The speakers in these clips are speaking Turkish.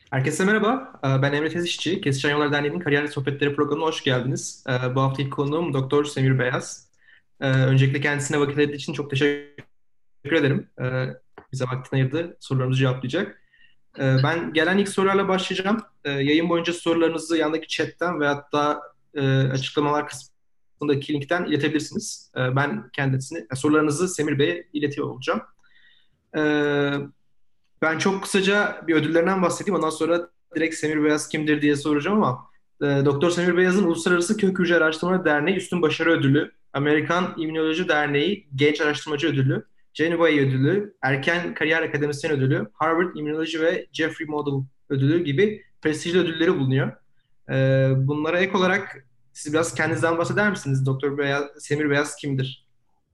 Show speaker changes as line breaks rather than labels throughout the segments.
Herkese merhaba. Ben Emre Tezişçi. Kesişen Yollar Derneği'nin Kariyer Sohbetleri programına hoş geldiniz. Bu hafta ilk konuğum Doktor Semir Beyaz. Öncelikle kendisine vakit ayırdığı için çok teşekkür ederim. Bize vaktini ayırdı, sorularımızı cevaplayacak. Ben gelen ilk sorularla başlayacağım. Yayın boyunca sorularınızı yandaki chatten ve hatta açıklamalar kısmındaki linkten iletebilirsiniz. Ben kendisini, sorularınızı Semir Bey'e iletiyor olacağım. Ee, Ben çok kısaca bir ödüllerinden bahsedeyim. Ondan sonra direkt Semir Beyaz kimdir diye soracağım ama Doktor Semir Beyaz'ın Uluslararası Kök Hücre Araştırmaları Derneği Üstün Başarı Ödülü, Amerikan İmmünoloji Derneği Genç Araştırmacı Ödülü, Genevay Ödülü, Erken Kariyer Akademisyen Ödülü, Harvard İmmünoloji ve Jeffrey Model Ödülü gibi prestijli ödülleri bulunuyor. Bunlara ek olarak siz biraz kendinizden bahseder misiniz? Doktor Beyaz, Semir Beyaz kimdir?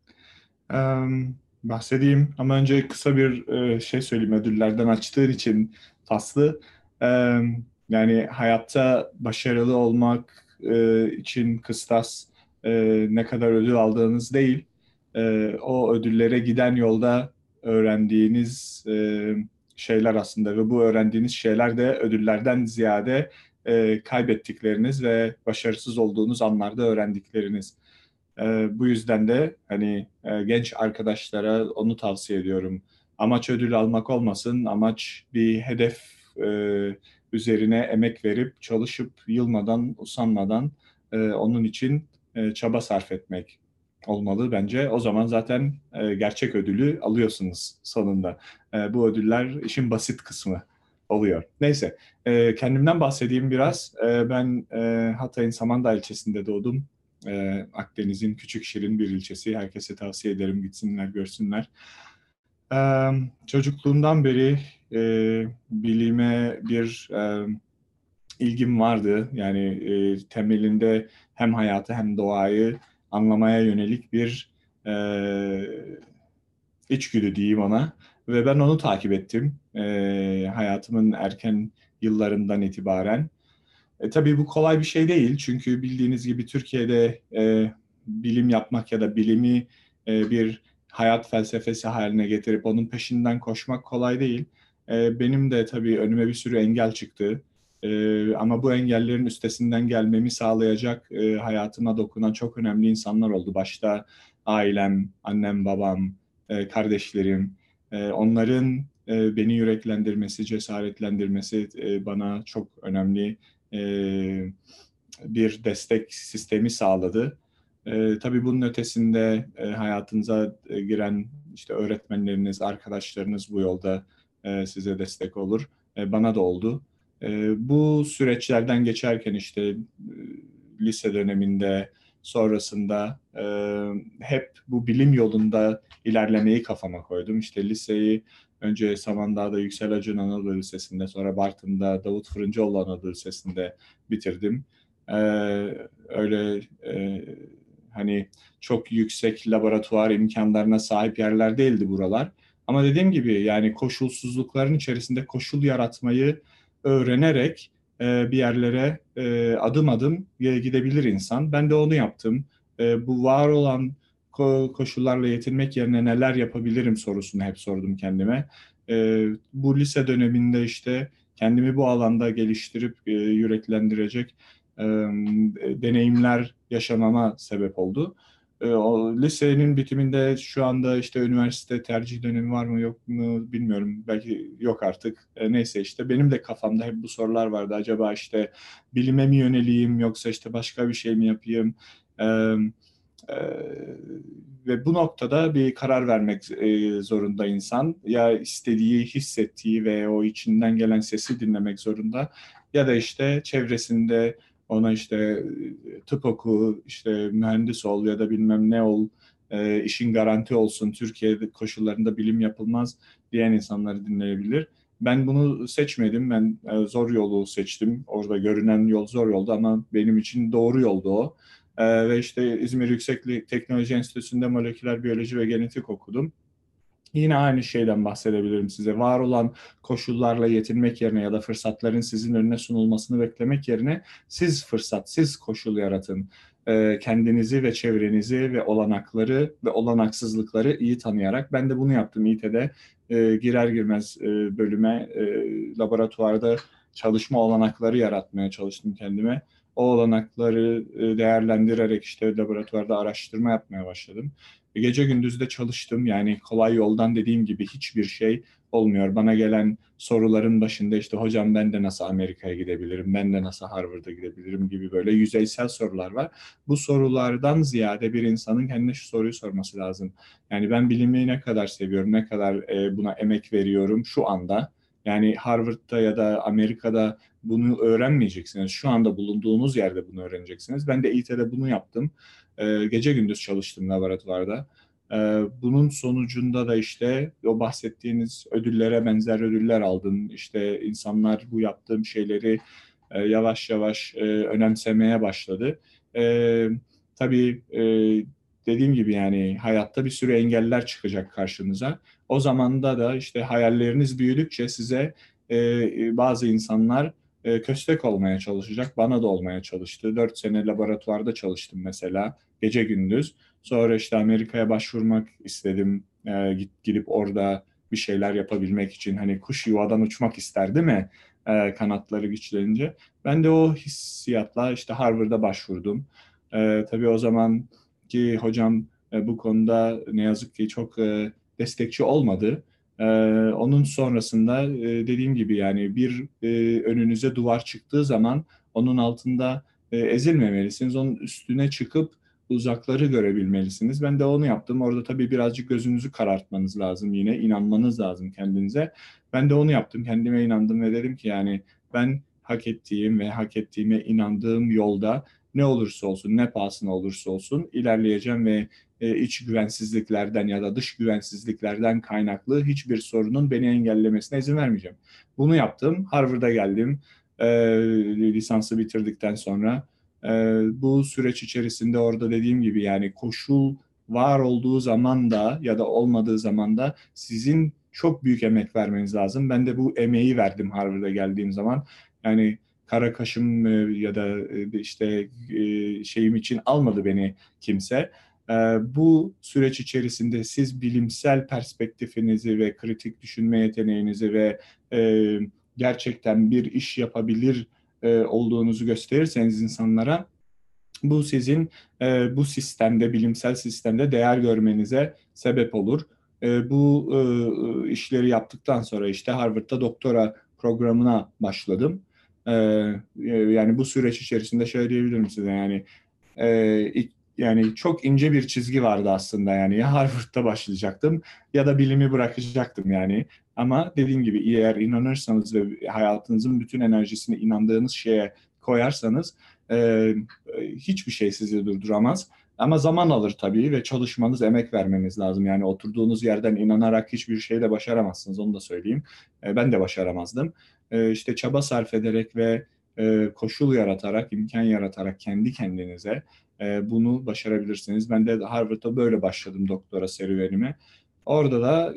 Bahsedeyim ama önce kısa bir şey söyleyeyim ödüllerden açtığın için Faslı. Yani hayatta başarılı olmak için kıstas ne kadar ödül aldığınız değil, o ödüllere giden yolda öğrendiğiniz şeyler aslında ve bu öğrendiğiniz şeyler de ödüllerden ziyade kaybettikleriniz ve başarısız olduğunuz anlarda öğrendikleriniz. Bu yüzden de hani genç arkadaşlara onu tavsiye ediyorum. Amaç ödül almak olmasın, amaç bir hedef üzerine emek verip çalışıp yılmadan, usanmadan onun için çaba sarf etmek olmalı bence. O zaman zaten gerçek ödülü alıyorsunuz sonunda. Bu ödüller işin basit kısmı oluyor. Neyse, kendimden bahsedeyim biraz. Ben Hatay'ın Samandağ ilçesinde doğdum. Akdeniz'in küçük şirin bir ilçesi. Herkese tavsiye ederim gitsinler, görsünler. Çocukluğumdan beri bilime bir ilgim vardı. Yani temelinde hem hayatı hem doğayı anlamaya yönelik bir e, içgüdü diyeyim ona. Ve ben onu takip ettim hayatımın erken yıllarından itibaren. Tabii bu kolay bir şey değil çünkü bildiğiniz gibi Türkiye'de bilim yapmak ya da bilimi bir hayat felsefesi haline getirip onun peşinden koşmak kolay değil. Benim de tabii önüme bir sürü engel çıktı. Ama bu engellerin üstesinden gelmemi sağlayacak hayatıma dokunan çok önemli insanlar oldu. Başta ailem, annem, babam, kardeşlerim. Onların beni yüreklendirmesi, cesaretlendirmesi bana çok önemli e, bir destek sistemi sağladı. Tabii bunun ötesinde hayatınıza giren işte öğretmenleriniz, arkadaşlarınız bu yolda size destek olur. Bana da oldu. Bu süreçlerden geçerken işte lise döneminde sonrasında hep bu bilim yolunda ilerlemeyi kafama koydum. İşte liseyi önce Samandağ'da Yüksel Acun Anadolu Lisesi'nde, sonra Bartın'da Davut Fırıncıoğlu Anadolu Lisesi'nde bitirdim. Ee, öyle hani çok yüksek laboratuvar imkanlarına sahip yerler değildi buralar. Ama dediğim gibi yani koşulsuzlukların içerisinde koşul yaratmayı öğrenerek bir yerlere adım adım gidebilir insan. Ben de onu yaptım. Bu var olan koşullarla yetinmek yerine neler yapabilirim sorusunu hep sordum kendime. Bu lise döneminde işte kendimi bu alanda geliştirip yüreklendirecek deneyimler yaşamama sebep oldu. O lisenin bitiminde şu anda işte üniversite tercih dönemi var mı yok mu bilmiyorum. Belki yok artık. Neyse işte benim de kafamda hep bu sorular vardı. Acaba işte bilime mi yöneleyim yoksa işte başka bir şey mi yapayım? E, e, ve bu noktada bir karar vermek zorunda insan. Ya istediği, hissettiği ve o içinden gelen sesi dinlemek zorunda. Ya da işte çevresinde ona işte tıp oku, işte mühendis ol ya da bilmem ne ol, işin garanti olsun, Türkiye koşullarında bilim yapılmaz diyen insanları dinleyebilir. Ben bunu seçmedim. Ben zor yolu seçtim. Orada görünen yol zor yoldu ama benim için doğru yoldu o. Ve işte İzmir Yüksek Teknoloji Enstitüsü'nde moleküler biyoloji ve genetik okudum. Yine aynı şeyden bahsedebilirim size. Var olan koşullarla yetinmek yerine ya da fırsatların sizin önüne sunulmasını beklemek yerine siz fırsat, siz koşul yaratın. Kendinizi ve çevrenizi ve olanakları ve olanaksızlıkları iyi tanıyarak ben de bunu yaptım İT'de. Girer girmez bölüme laboratuvarda çalışma olanakları yaratmaya çalıştım kendime. O olanakları değerlendirerek işte laboratuvarda araştırma yapmaya başladım. Gece gündüz de çalıştım. Yani kolay yoldan dediğim gibi hiçbir şey olmuyor. Bana gelen soruların başında işte hocam ben de nasıl Amerika'ya gidebilirim, ben de nasıl Harvard'a gidebilirim gibi böyle yüzeysel sorular var. Bu sorulardan ziyade bir insanın kendine şu soruyu sorması lazım. Yani ben bilimi ne kadar seviyorum, ne kadar buna emek veriyorum şu anda. Yani Harvard'da ya da Amerika'da bunu öğrenmeyeceksiniz. Şu anda bulunduğunuz yerde bunu öğreneceksiniz. Ben de İT'de bunu yaptım. Gece gündüz çalıştım laboratuvarda. Bunun sonucunda da işte o bahsettiğiniz ödüllere benzer ödüller aldım. İşte insanlar bu yaptığım şeyleri yavaş yavaş önemsemeye başladı. E, tabii dediğim gibi yani hayatta bir sürü engeller çıkacak karşınıza. O zamanda da işte hayalleriniz büyüdükçe size bazı insanlar köstek olmaya çalışacak. Bana da olmaya çalıştı. 4 sene laboratuvarda çalıştım mesela gece gündüz. Sonra işte Amerika'ya başvurmak istedim. Gidip orada bir şeyler yapabilmek için hani kuş yuvadan uçmak ister değil mi? Kanatları güçlenince. Ben de o hissiyatla işte Harvard'a başvurdum. Tabii o zaman ki hocam bu konuda ne yazık ki çok destekçi olmadı. Ee, onun sonrasında dediğim gibi yani bir önünüze duvar çıktığı zaman onun altında ezilmemelisiniz. Onun üstüne çıkıp uzakları görebilmelisiniz. Ben de onu yaptım. Orada tabii birazcık gözünüzü karartmanız lazım yine. İnanmanız lazım kendinize. Ben de onu yaptım. Kendime inandım ve dedim ki yani ben hak ettiğim ve hak ettiğime inandığım yolda ne olursa olsun, ne pahasına olursa olsun ilerleyeceğim ve iç güvensizliklerden ya da dış güvensizliklerden kaynaklı hiçbir sorunun beni engellemesine izin vermeyeceğim. Bunu yaptım. Harvard'a geldim. E, lisansı bitirdikten sonra. E, bu süreç içerisinde orada dediğim gibi yani koşul var olduğu zaman da ya da olmadığı zaman da sizin çok büyük emek vermeniz lazım. Ben de bu emeği verdim Harvard'a geldiğim zaman. Yani kara kaşım ya da işte şeyim için almadı beni kimse. Bu süreç içerisinde siz bilimsel perspektifinizi ve kritik düşünme yeteneğinizi ve e, gerçekten bir iş yapabilir olduğunuzu gösterirseniz insanlara bu sizin bu sistemde, bilimsel sistemde değer görmenize sebep olur. Bu işleri yaptıktan sonra işte Harvard'da doktora programına başladım. Yani bu süreç içerisinde şöyle diyebilirim size yani yani çok ince bir çizgi vardı aslında yani ya Harvard'da başlayacaktım ya da bilimi bırakacaktım yani. Ama dediğim gibi eğer inanırsanız ve hayatınızın bütün enerjisini inandığınız şeye koyarsanız e, hiçbir şey sizi durduramaz. Ama zaman alır tabii ve çalışmanız, emek vermeniz lazım. Yani oturduğunuz yerden inanarak hiçbir şey de başaramazsınız, onu da söyleyeyim. Ben de başaramazdım. İşte çaba sarf ederek ve koşul yaratarak, imkan yaratarak kendi kendinize bunu başarabilirsiniz. Ben de Harvard'da böyle başladım doktora serüvenime. Orada da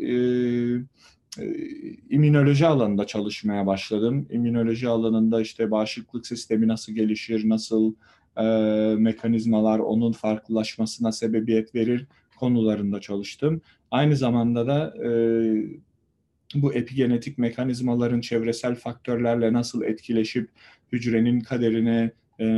immünoloji alanında çalışmaya başladım. İmmünoloji alanında işte bağışıklık sistemi nasıl gelişir, nasıl e, mekanizmalar onun farklılaşmasına sebebiyet verir konularında çalıştım. Aynı zamanda da bu epigenetik mekanizmaların çevresel faktörlerle nasıl etkileşip hücrenin kaderine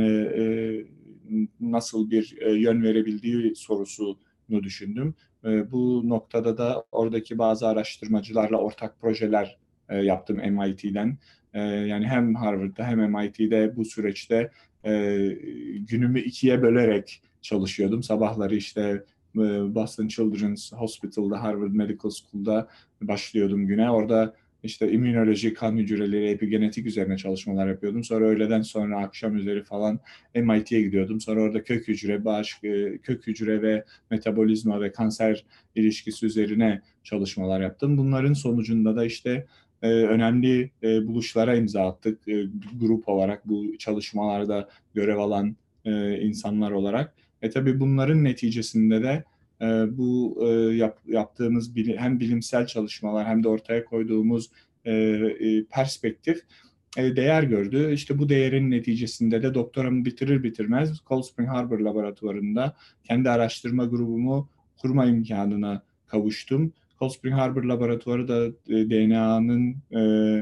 nasıl bir yön verebildiği sorusunu düşündüm. Bu noktada da oradaki bazı araştırmacılarla ortak projeler yaptım MIT'den. Yani hem Harvard'da hem MIT'de bu süreçte günümü ikiye bölerek çalışıyordum. Sabahları işte Boston Children's Hospital'da, Harvard Medical School'da başlıyordum güne. Orada işte immünoloji, kan hücreleri, epigenetik üzerine çalışmalar yapıyordum. Sonra öğleden sonra akşam üzeri falan MIT'ye gidiyordum. Sonra orada kök hücre, kök hücre ve metabolizma ve kanser ilişkisi üzerine çalışmalar yaptım. Bunların sonucunda da işte önemli buluşlara imza attık. Grup olarak bu çalışmalarda görev alan insanlar olarak. Tabii bunların neticesinde de bu yaptığımız hem bilimsel çalışmalar hem de ortaya koyduğumuz perspektif değer gördü. İşte bu değerin neticesinde de doktoramı bitirir bitirmez Cold Spring Harbor laboratuvarında kendi araştırma grubumu kurma imkanına kavuştum. Cold Spring Harbor laboratuvarı da DNA'nın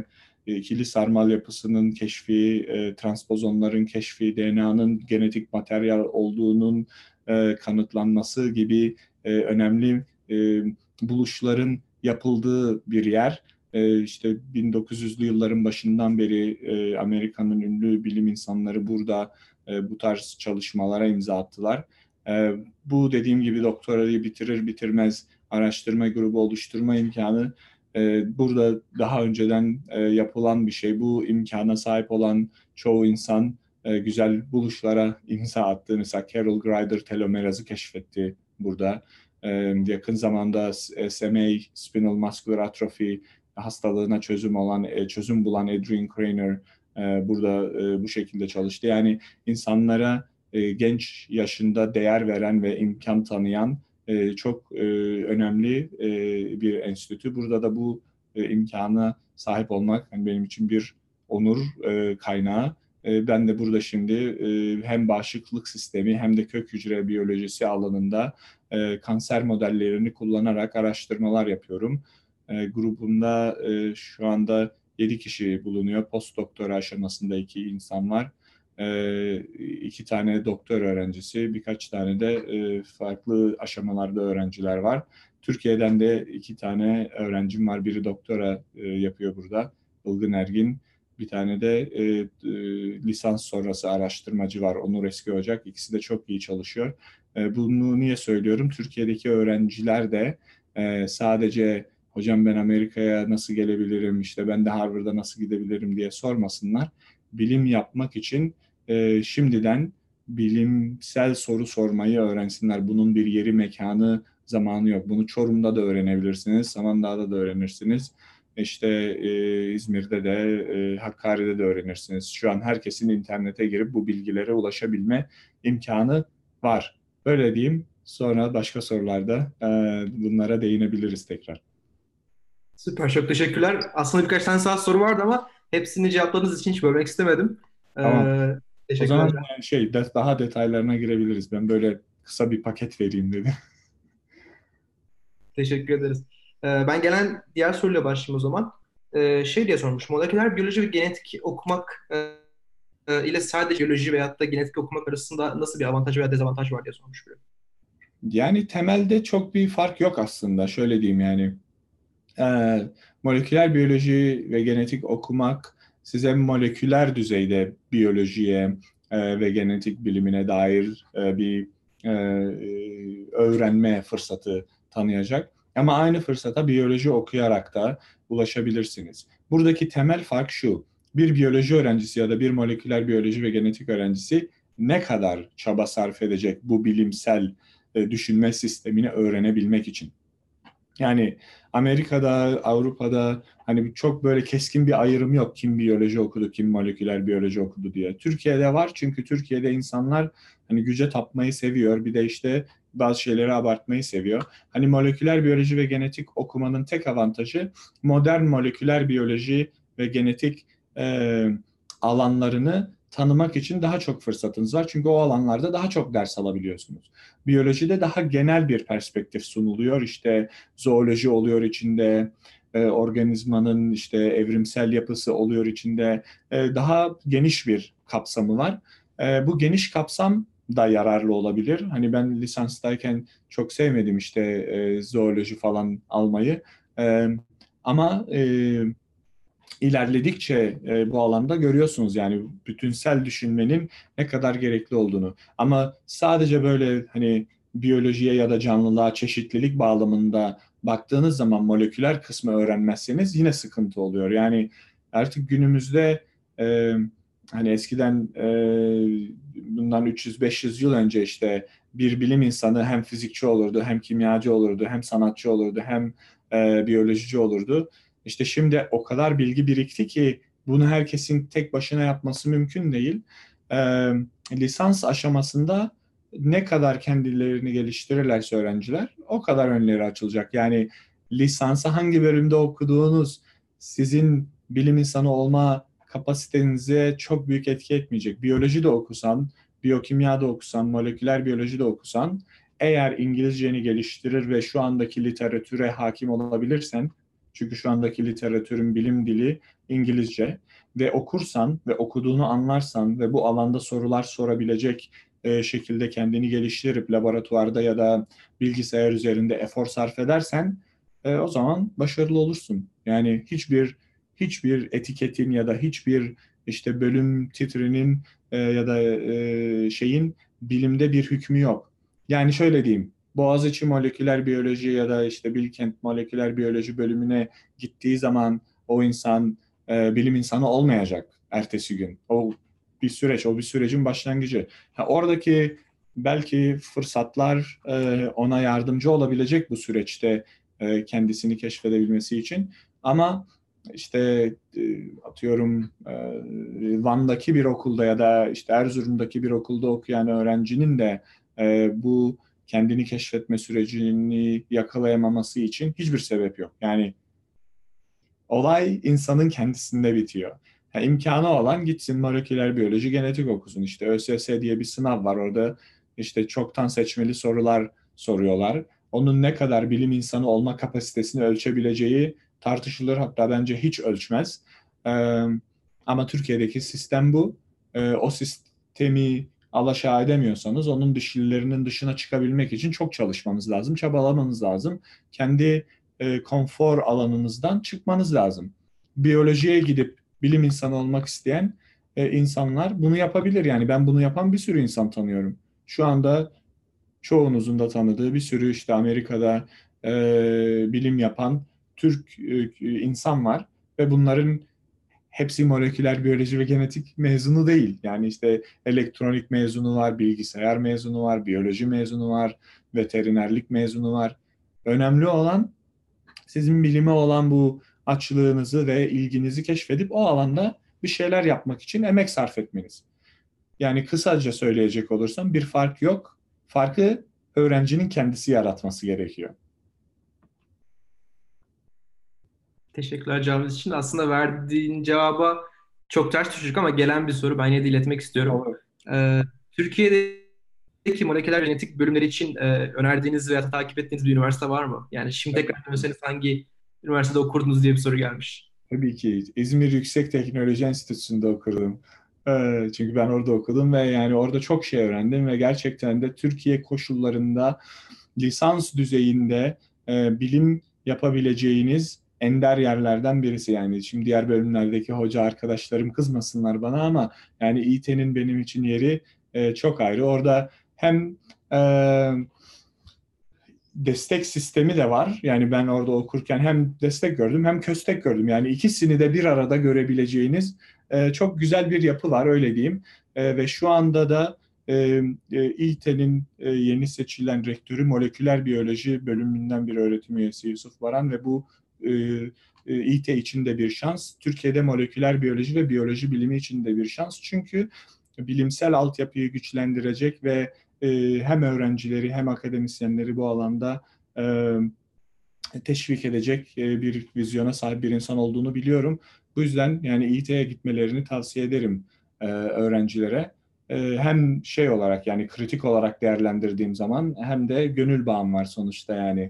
ikili sarmal yapısının keşfi, transpozonların keşfi, DNA'nın genetik materyal olduğunun kanıtlanması gibi önemli buluşların yapıldığı bir yer. İşte 1900'lü yılların başından beri Amerika'nın ünlü bilim insanları burada bu tarz çalışmalara imza attılar. Bu dediğim gibi doktorayı bitirir bitirmez araştırma grubu oluşturma imkanı burada daha önceden yapılan bir şey. Bu imkana sahip olan çoğu insan güzel buluşlara imza attı. Mesela Carol Greider telomerazı keşfetti burada. Yakın zamanda SMA, Spinal Muscular Atrophy hastalığına çözüm bulan Adrian Krainer burada bu şekilde çalıştı. Yani insanlara genç yaşında değer veren ve imkan tanıyan çok önemli bir enstitü. Burada da bu imkana sahip olmak yani benim için bir onur kaynağı. Ben de burada şimdi hem bağışıklık sistemi hem de kök hücre biyolojisi alanında kanser modellerini kullanarak araştırmalar yapıyorum. Grubumda şu anda 7 kişi bulunuyor. Postdoktora aşamasında 2 insan var. 2 tane doktor öğrencisi, birkaç tane de farklı aşamalarda öğrenciler var. Türkiye'den de 2 tane öğrencim var. Biri doktora yapıyor burada, Ilgın Ergin. Bir tane de lisans sonrası araştırmacı var, Onur Eski Ocak. İkisi de çok iyi çalışıyor. Bunu niye söylüyorum? Türkiye'deki öğrenciler de sadece hocam ben Amerika'ya nasıl gelebilirim, işte ben de Harvard'a nasıl gidebilirim diye sormasınlar. Bilim yapmak için şimdiden bilimsel soru sormayı öğrensinler. Bunun bir yeri, mekanı, zamanı yok. Bunu Çorum'da da öğrenebilirsiniz, Samandağ'da da öğrenirsiniz. İşte İzmir'de de, Hakkari'de de öğrenirsiniz. Şu an herkesin internete girip bu bilgilere ulaşabilme imkanı var. Öyle diyeyim. Sonra başka sorularda bunlara değinebiliriz tekrar.
Süper, çok teşekkürler. Aslında birkaç tane daha soru vardı ama hepsini cevapladığınız için hiç bölmek istemedim.
Tamam. O
Teşekkürler.
zaman daha detaylarına girebiliriz. Ben böyle kısa bir paket vereyim dedim.
Teşekkür ederiz. Ben gelen diğer soruyla başlayayım o zaman. Şey diye sormuş. Moleküler biyoloji ve genetik okumak ile sadece biyoloji veyahut da genetik okumak arasında nasıl bir avantaj veya dezavantaj var diye sormuş biri.
Yani temelde çok bir fark yok aslında. Şöyle diyeyim yani. Moleküler biyoloji ve genetik okumak size moleküler düzeyde biyolojiye ve genetik bilimine dair bir öğrenme fırsatı tanıyacak. Ama aynı fırsata biyoloji okuyarak da ulaşabilirsiniz. Buradaki temel fark şu: bir biyoloji öğrencisi ya da bir moleküler biyoloji ve genetik öğrencisi ne kadar çaba sarf edecek bu bilimsel düşünme sistemini öğrenebilmek için. Yani Amerika'da, Avrupa'da hani çok böyle keskin bir ayrım yok. Kim biyoloji okudu, kim moleküler biyoloji okudu diye. Türkiye'de var çünkü Türkiye'de insanlar hani güce tapmayı seviyor. Bir de işte bazı şeyleri abartmayı seviyor. Hani moleküler biyoloji ve genetik okumanın tek avantajı modern moleküler biyoloji ve genetik e, alanlarını tanımak için daha çok fırsatınız var. Çünkü o alanlarda daha çok ders alabiliyorsunuz. Biyolojide daha genel bir perspektif sunuluyor. İşte zooloji oluyor içinde, organizmanın işte evrimsel yapısı oluyor içinde. Daha geniş bir kapsamı var. Bu geniş kapsam da yararlı olabilir. Hani ben lisanstayken çok sevmedim işte zooloji falan almayı. Ama ilerledikçe bu alanda görüyorsunuz yani bütünsel düşünmenin ne kadar gerekli olduğunu. Ama sadece böyle hani biyolojiye ya da canlılığa çeşitlilik bağlamında baktığınız zaman moleküler kısmı öğrenmezseniz yine sıkıntı oluyor. Yani artık günümüzde e, hani eskiden bundan 300-500 yıl önce işte bir bilim insanı hem fizikçi olurdu, hem kimyacı olurdu, hem sanatçı olurdu, hem biyolojici olurdu. İşte şimdi o kadar bilgi birikti ki bunu herkesin tek başına yapması mümkün değil. Ee, Lisans aşamasında ne kadar kendilerini geliştirirlerse öğrenciler o kadar önleri açılacak. Yani lisansı hangi bölümde okuduğunuz sizin bilim insanı olma kapasitenize çok büyük etki etmeyecek. Biyoloji de okusan, biyokimya da okusan, moleküler biyoloji de okusan eğer İngilizceni geliştirir ve şu andaki literatüre hakim olabilirsen Çünkü şu andaki literatürün bilim dili İngilizce ve okursan ve okuduğunu anlarsan ve bu alanda sorular sorabilecek şekilde kendini geliştirip laboratuvarda ya da bilgisayar üzerinde efor sarf edersen o zaman başarılı olursun. Yani hiçbir etiketin ya da hiçbir işte bölüm titrinin ya da şeyin bilimde bir hükmü yok. Yani şöyle diyeyim. Boğaziçi Moleküler Biyoloji ya da işte Bilkent Moleküler Biyoloji bölümüne gittiği zaman o insan bilim insanı olmayacak ertesi gün. O bir süreç, o bir sürecin başlangıcı. Ha, oradaki belki fırsatlar ona yardımcı olabilecek bu süreçte kendisini keşfedebilmesi için. Ama işte atıyorum Van'daki bir okulda ya da işte Erzurum'daki bir okulda okuyan öğrencinin de bu kendini keşfetme sürecini yakalayamaması için hiçbir sebep yok. Yani olay insanın kendisinde bitiyor. Ha, imkanı olan gitsin moleküler biyoloji genetik okusun. İşte ÖSS diye bir sınav var orada işte çoktan seçmeli sorular soruyorlar. Onun ne kadar bilim insanı olma kapasitesini ölçebileceği tartışılır, hatta bence hiç ölçmez. Ama Türkiye'deki sistem bu. O sistemi alaşağı edemiyorsanız onun dışlarının dışına çıkabilmek için çok çalışmanız lazım, çabalamanız lazım. Kendi konfor alanınızdan çıkmanız lazım. Biyolojiye gidip bilim insanı olmak isteyen insanlar bunu yapabilir. Yani ben bunu yapan bir sürü insan tanıyorum. Şu anda çoğunuzun da tanıdığı bir sürü işte Amerika'da bilim yapan Türk insan var ve bunların hepsi moleküler biyoloji ve genetik mezunu değil. Yani işte elektronik mezunu var, bilgisayar mezunu var, biyoloji mezunu var, veterinerlik mezunu var. Önemli olan sizin bilime olan bu açlığınızı ve ilginizi keşfedip o alanda bir şeyler yapmak için emek sarf etmeniz. Yani kısaca söyleyecek olursam bir fark yok. Farkı öğrencinin kendisi yaratması gerekiyor.
Teşekkürler cevabınız için. Aslında verdiğin cevaba çok ters düşecek ama gelen bir soru. Ben yine de iletmek istiyorum.
Olur.
Türkiye'deki moleküler genetik bölümleri için önerdiğiniz veya takip ettiğiniz bir üniversite var mı? Yani şimdi tekrar dönseniz hangi üniversitede okurdunuz diye bir soru gelmiş.
Tabii ki İzmir Yüksek Teknoloji Enstitüsü'nde okudum. Çünkü ben orada okudum ve yani orada çok şey öğrendim ve gerçekten de Türkiye koşullarında lisans düzeyinde bilim yapabileceğiniz ender yerlerden birisi. Yani şimdi diğer bölümlerdeki hoca arkadaşlarım kızmasınlar bana ama yani İT'nin benim için yeri çok ayrı. Orada hem e, destek sistemi de var. Yani ben orada okurken hem destek gördüm hem köstek gördüm. Yani ikisini de bir arada görebileceğiniz çok güzel bir yapı var, öyle diyeyim. Ve şu anda da İİTE'nin yeni seçilen rektörü moleküler biyoloji bölümünden bir öğretim üyesi Yusuf Baran ve bu e, İİTE için de bir şans. Türkiye'de moleküler biyoloji ve biyoloji bilimi için de bir şans. Çünkü bilimsel altyapıyı güçlendirecek ve hem öğrencileri hem akademisyenleri bu alanda teşvik edecek bir vizyona sahip bir insan olduğunu biliyorum. Bu yüzden yani İİT'ye gitmelerini tavsiye ederim öğrencilere. Hem şey olarak yani kritik olarak değerlendirdiğim zaman hem de gönül bağım var sonuçta yani.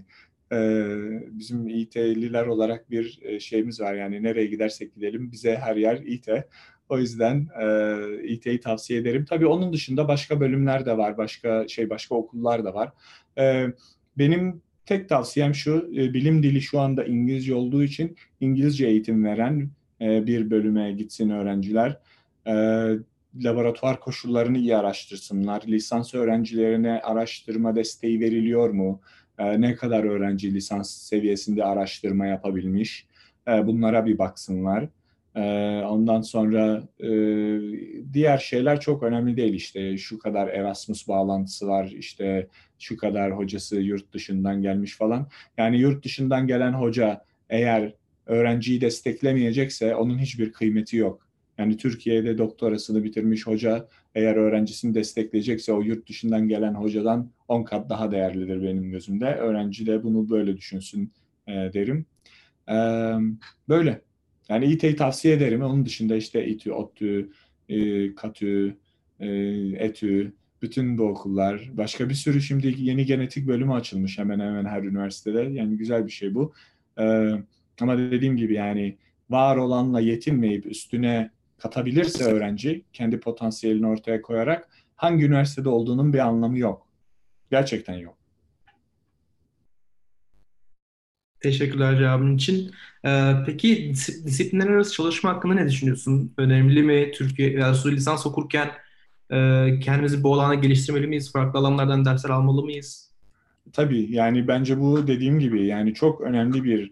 Bizim İİT'liler olarak bir şeyimiz var yani nereye gidersek gidelim bize her yer İİTE. O yüzden İİTE'yi tavsiye ederim. Tabii onun dışında başka bölümler de var, başka okullar da var. Benim tek tavsiyem şu, bilim dili şu anda İngilizce olduğu için İngilizce eğitim veren bir bölüme gitsin öğrenciler. E, Laboratuvar koşullarını iyi araştırsınlar. Lisans öğrencilerine araştırma desteği veriliyor mu? Ne kadar öğrenci lisans seviyesinde araştırma yapabilmiş? Bunlara bir baksınlar. Ondan sonra diğer şeyler çok önemli değil. İşte şu kadar Erasmus bağlantısı var, işte şu kadar hocası yurt dışından gelmiş falan. Yani yurt dışından gelen hoca eğer öğrenciyi desteklemeyecekse onun hiçbir kıymeti yok. Yani Türkiye'de doktorasını bitirmiş hoca eğer öğrencisini destekleyecekse o yurt dışından gelen hocadan 10 kat daha değerlidir benim gözümde. Öğrenci de bunu böyle düşünsün derim. E, Böyle. Yani İT'yi tavsiye ederim. Onun dışında işte İTÜ, ODTÜ, KATÜ, e, ETÜ, bütün bu okullar. Başka bir sürü şimdi yeni genetik bölümü açılmış hemen hemen her üniversitede. Yani güzel bir şey bu. Ama dediğim gibi yani var olanla yetinmeyip üstüne katabilirse öğrenci kendi potansiyelini ortaya koyarak hangi üniversitede olduğunun bir anlamı yok. Gerçekten yok.
Teşekkürler cevabın için. Peki disiplinler arası çalışma hakkında ne düşünüyorsun? Önemli mi? Türkiye lisans okurken kendimizi bu alana geliştirmeli miyiz? Farklı alanlardan dersler almalı mıyız?
Tabii yani bence bu dediğim gibi yani çok önemli bir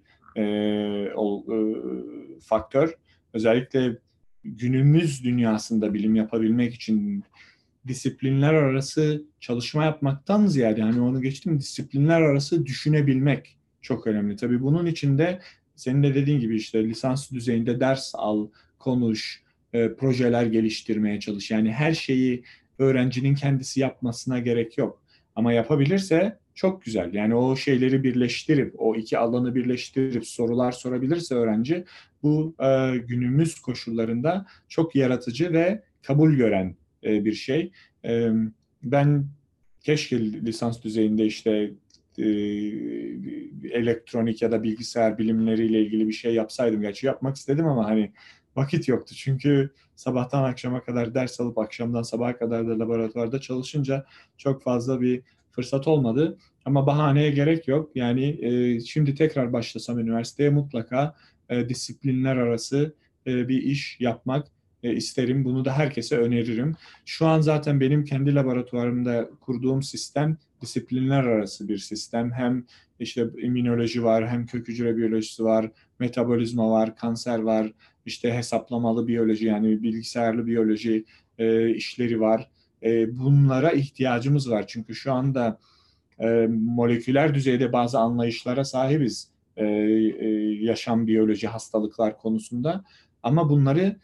faktör. Özellikle günümüz dünyasında bilim yapabilmek için disiplinler arası çalışma yapmaktan ziyade yani onu geçtim disiplinler arası düşünebilmek çok önemli. Tabii bunun için de senin de dediğin gibi işte lisans düzeyinde ders al, konuş, projeler geliştirmeye çalış. Yani her şeyi öğrencinin kendisi yapmasına gerek yok. Ama yapabilirse çok güzel. Yani o şeyleri birleştirip, o iki alanı birleştirip sorular sorabilirse öğrenci bu günümüz koşullarında çok yaratıcı ve kabul gören bir şey. E, Ben keşke lisans düzeyinde işte e, elektronik ya da bilgisayar bilimleriyle ilgili bir şey yapsaydım. Gerçi yapmak istedim ama hani vakit yoktu. Çünkü sabahtan akşama kadar ders alıp akşamdan sabaha kadar da laboratuvarda çalışınca çok fazla bir fırsat olmadı. Ama bahaneye gerek yok. Yani şimdi tekrar başlasam üniversiteye mutlaka disiplinler arası bir iş yapmak isterim. Bunu da herkese öneririm. Şu an zaten benim kendi laboratuvarımda kurduğum sistem disiplinler arası bir sistem. Hem işte immünoloji var, hem kök hücre biyolojisi var, metabolizma var, kanser var, işte hesaplamalı biyoloji yani bilgisayarlı biyoloji işleri var. Bunlara ihtiyacımız var. Çünkü şu anda moleküler düzeyde bazı anlayışlara sahibiz yaşam biyoloji hastalıklar konusunda. Ama bunları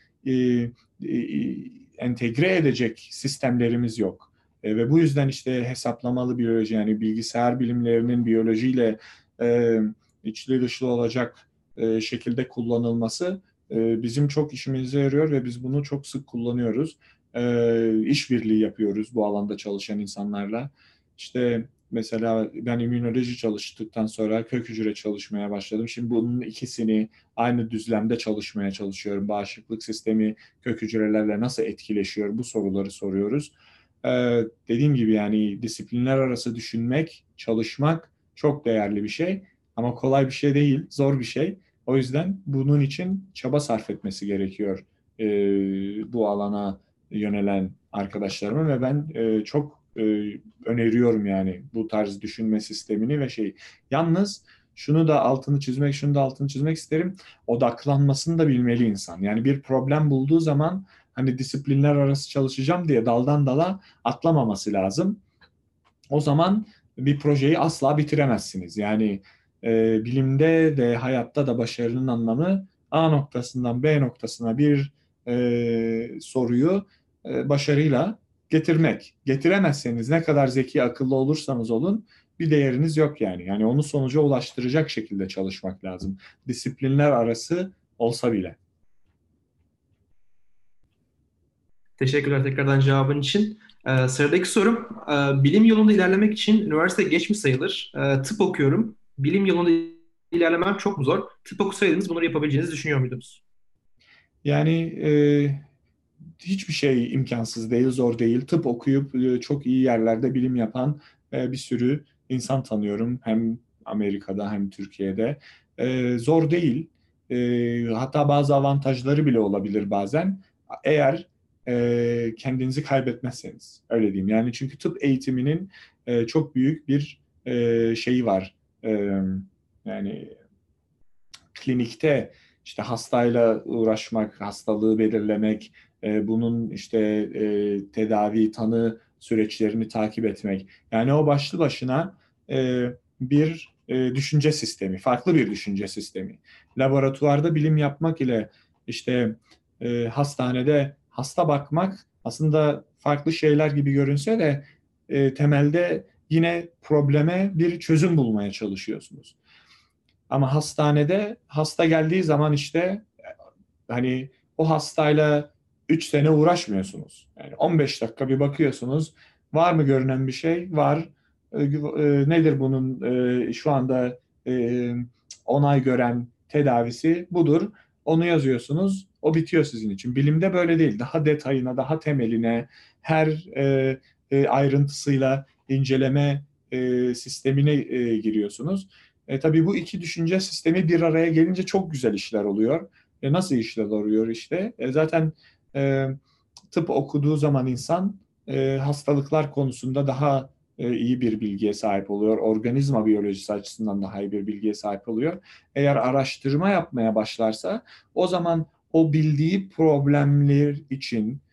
entegre edecek sistemlerimiz yok. Ve bu yüzden işte hesaplamalı biyoloji yani bilgisayar bilimlerinin biyolojiyle e, içli dışlı olacak şekilde kullanılması bizim çok işimize yarıyor ve biz bunu çok sık kullanıyoruz. İşbirliği yapıyoruz bu alanda çalışan insanlarla. İşte mesela ben immünoloji çalıştıktan sonra kök hücre çalışmaya başladım. Şimdi bunun ikisini aynı düzlemde çalışmaya çalışıyorum. Bağışıklık sistemi kök hücrelerle nasıl etkileşiyor bu soruları soruyoruz. Dediğim gibi yani disiplinler arası düşünmek, çalışmak çok değerli bir şey. Ama kolay bir şey değil, zor bir şey. O yüzden bunun için çaba sarf etmesi gerekiyor bu alana yönelen arkadaşlarıma ve ben çok öneriyorum yani bu tarz düşünme sistemini ve şey. Yalnız şunu da altını çizmek isterim. Odaklanmasını da bilmeli insan. Yani bir problem bulduğu zaman hani disiplinler arası çalışacağım diye daldan dala atlamaması lazım. O zaman bir projeyi asla bitiremezsiniz. Yani bilimde de hayatta da başarının anlamı A noktasından B noktasına bir soruyu başarıyla getirmek. Getiremezseniz ne kadar zeki akıllı olursanız olun bir değeriniz yok yani. Yani onu sonuca ulaştıracak şekilde çalışmak lazım. Disiplinler arası olsa bile.
Teşekkürler tekrardan cevabın için. Sıradaki sorum, bilim yolunda ilerlemek için üniversite geç mi sayılır? Tıp okuyorum. Bilim yolunda ilerlemem çok mu zor? Tıp okusaydınız bunları yapabileceğinizi düşünüyor muydunuz?
Yani hiçbir şey imkansız değil, zor değil. Tıp okuyup çok iyi yerlerde bilim yapan bir sürü insan tanıyorum. Hem Amerika'da hem Türkiye'de. Zor değil. Hatta bazı avantajları bile olabilir bazen. Eğer kendinizi kaybetmezseniz. Öyle diyeyim. Yani çünkü tıp eğitiminin çok büyük bir şeyi var. Yani klinikte işte hastayla uğraşmak, hastalığı belirlemek, bunun işte tedavi, tanı süreçlerini takip etmek. Yani o başlı başına bir düşünce sistemi, farklı bir düşünce sistemi. Laboratuvarda bilim yapmak ile işte hastanede hasta bakmak aslında farklı şeyler gibi görünse de temelde yine probleme bir çözüm bulmaya çalışıyorsunuz. Ama hastanede hasta geldiği zaman işte hani o hastayla 3 sene uğraşmıyorsunuz. Yani 15 dakika bir bakıyorsunuz. Var mı görünen bir şey? Var. Nedir bunun şu anda onay gören tedavisi budur. Onu yazıyorsunuz, o bitiyor sizin için. Bilimde böyle değil. Daha detayına, daha temeline, her ayrıntısıyla inceleme sistemine giriyorsunuz. Tabii bu iki düşünce sistemi bir araya gelince çok güzel işler oluyor. Nasıl işler oluyor işte? Zaten e, tıp okuduğu zaman insan hastalıklar konusunda daha iyi bir bilgiye sahip oluyor. Organizma biyolojisi açısından daha iyi bir bilgiye sahip oluyor. Eğer araştırma yapmaya başlarsa o zaman o bildiği problemler için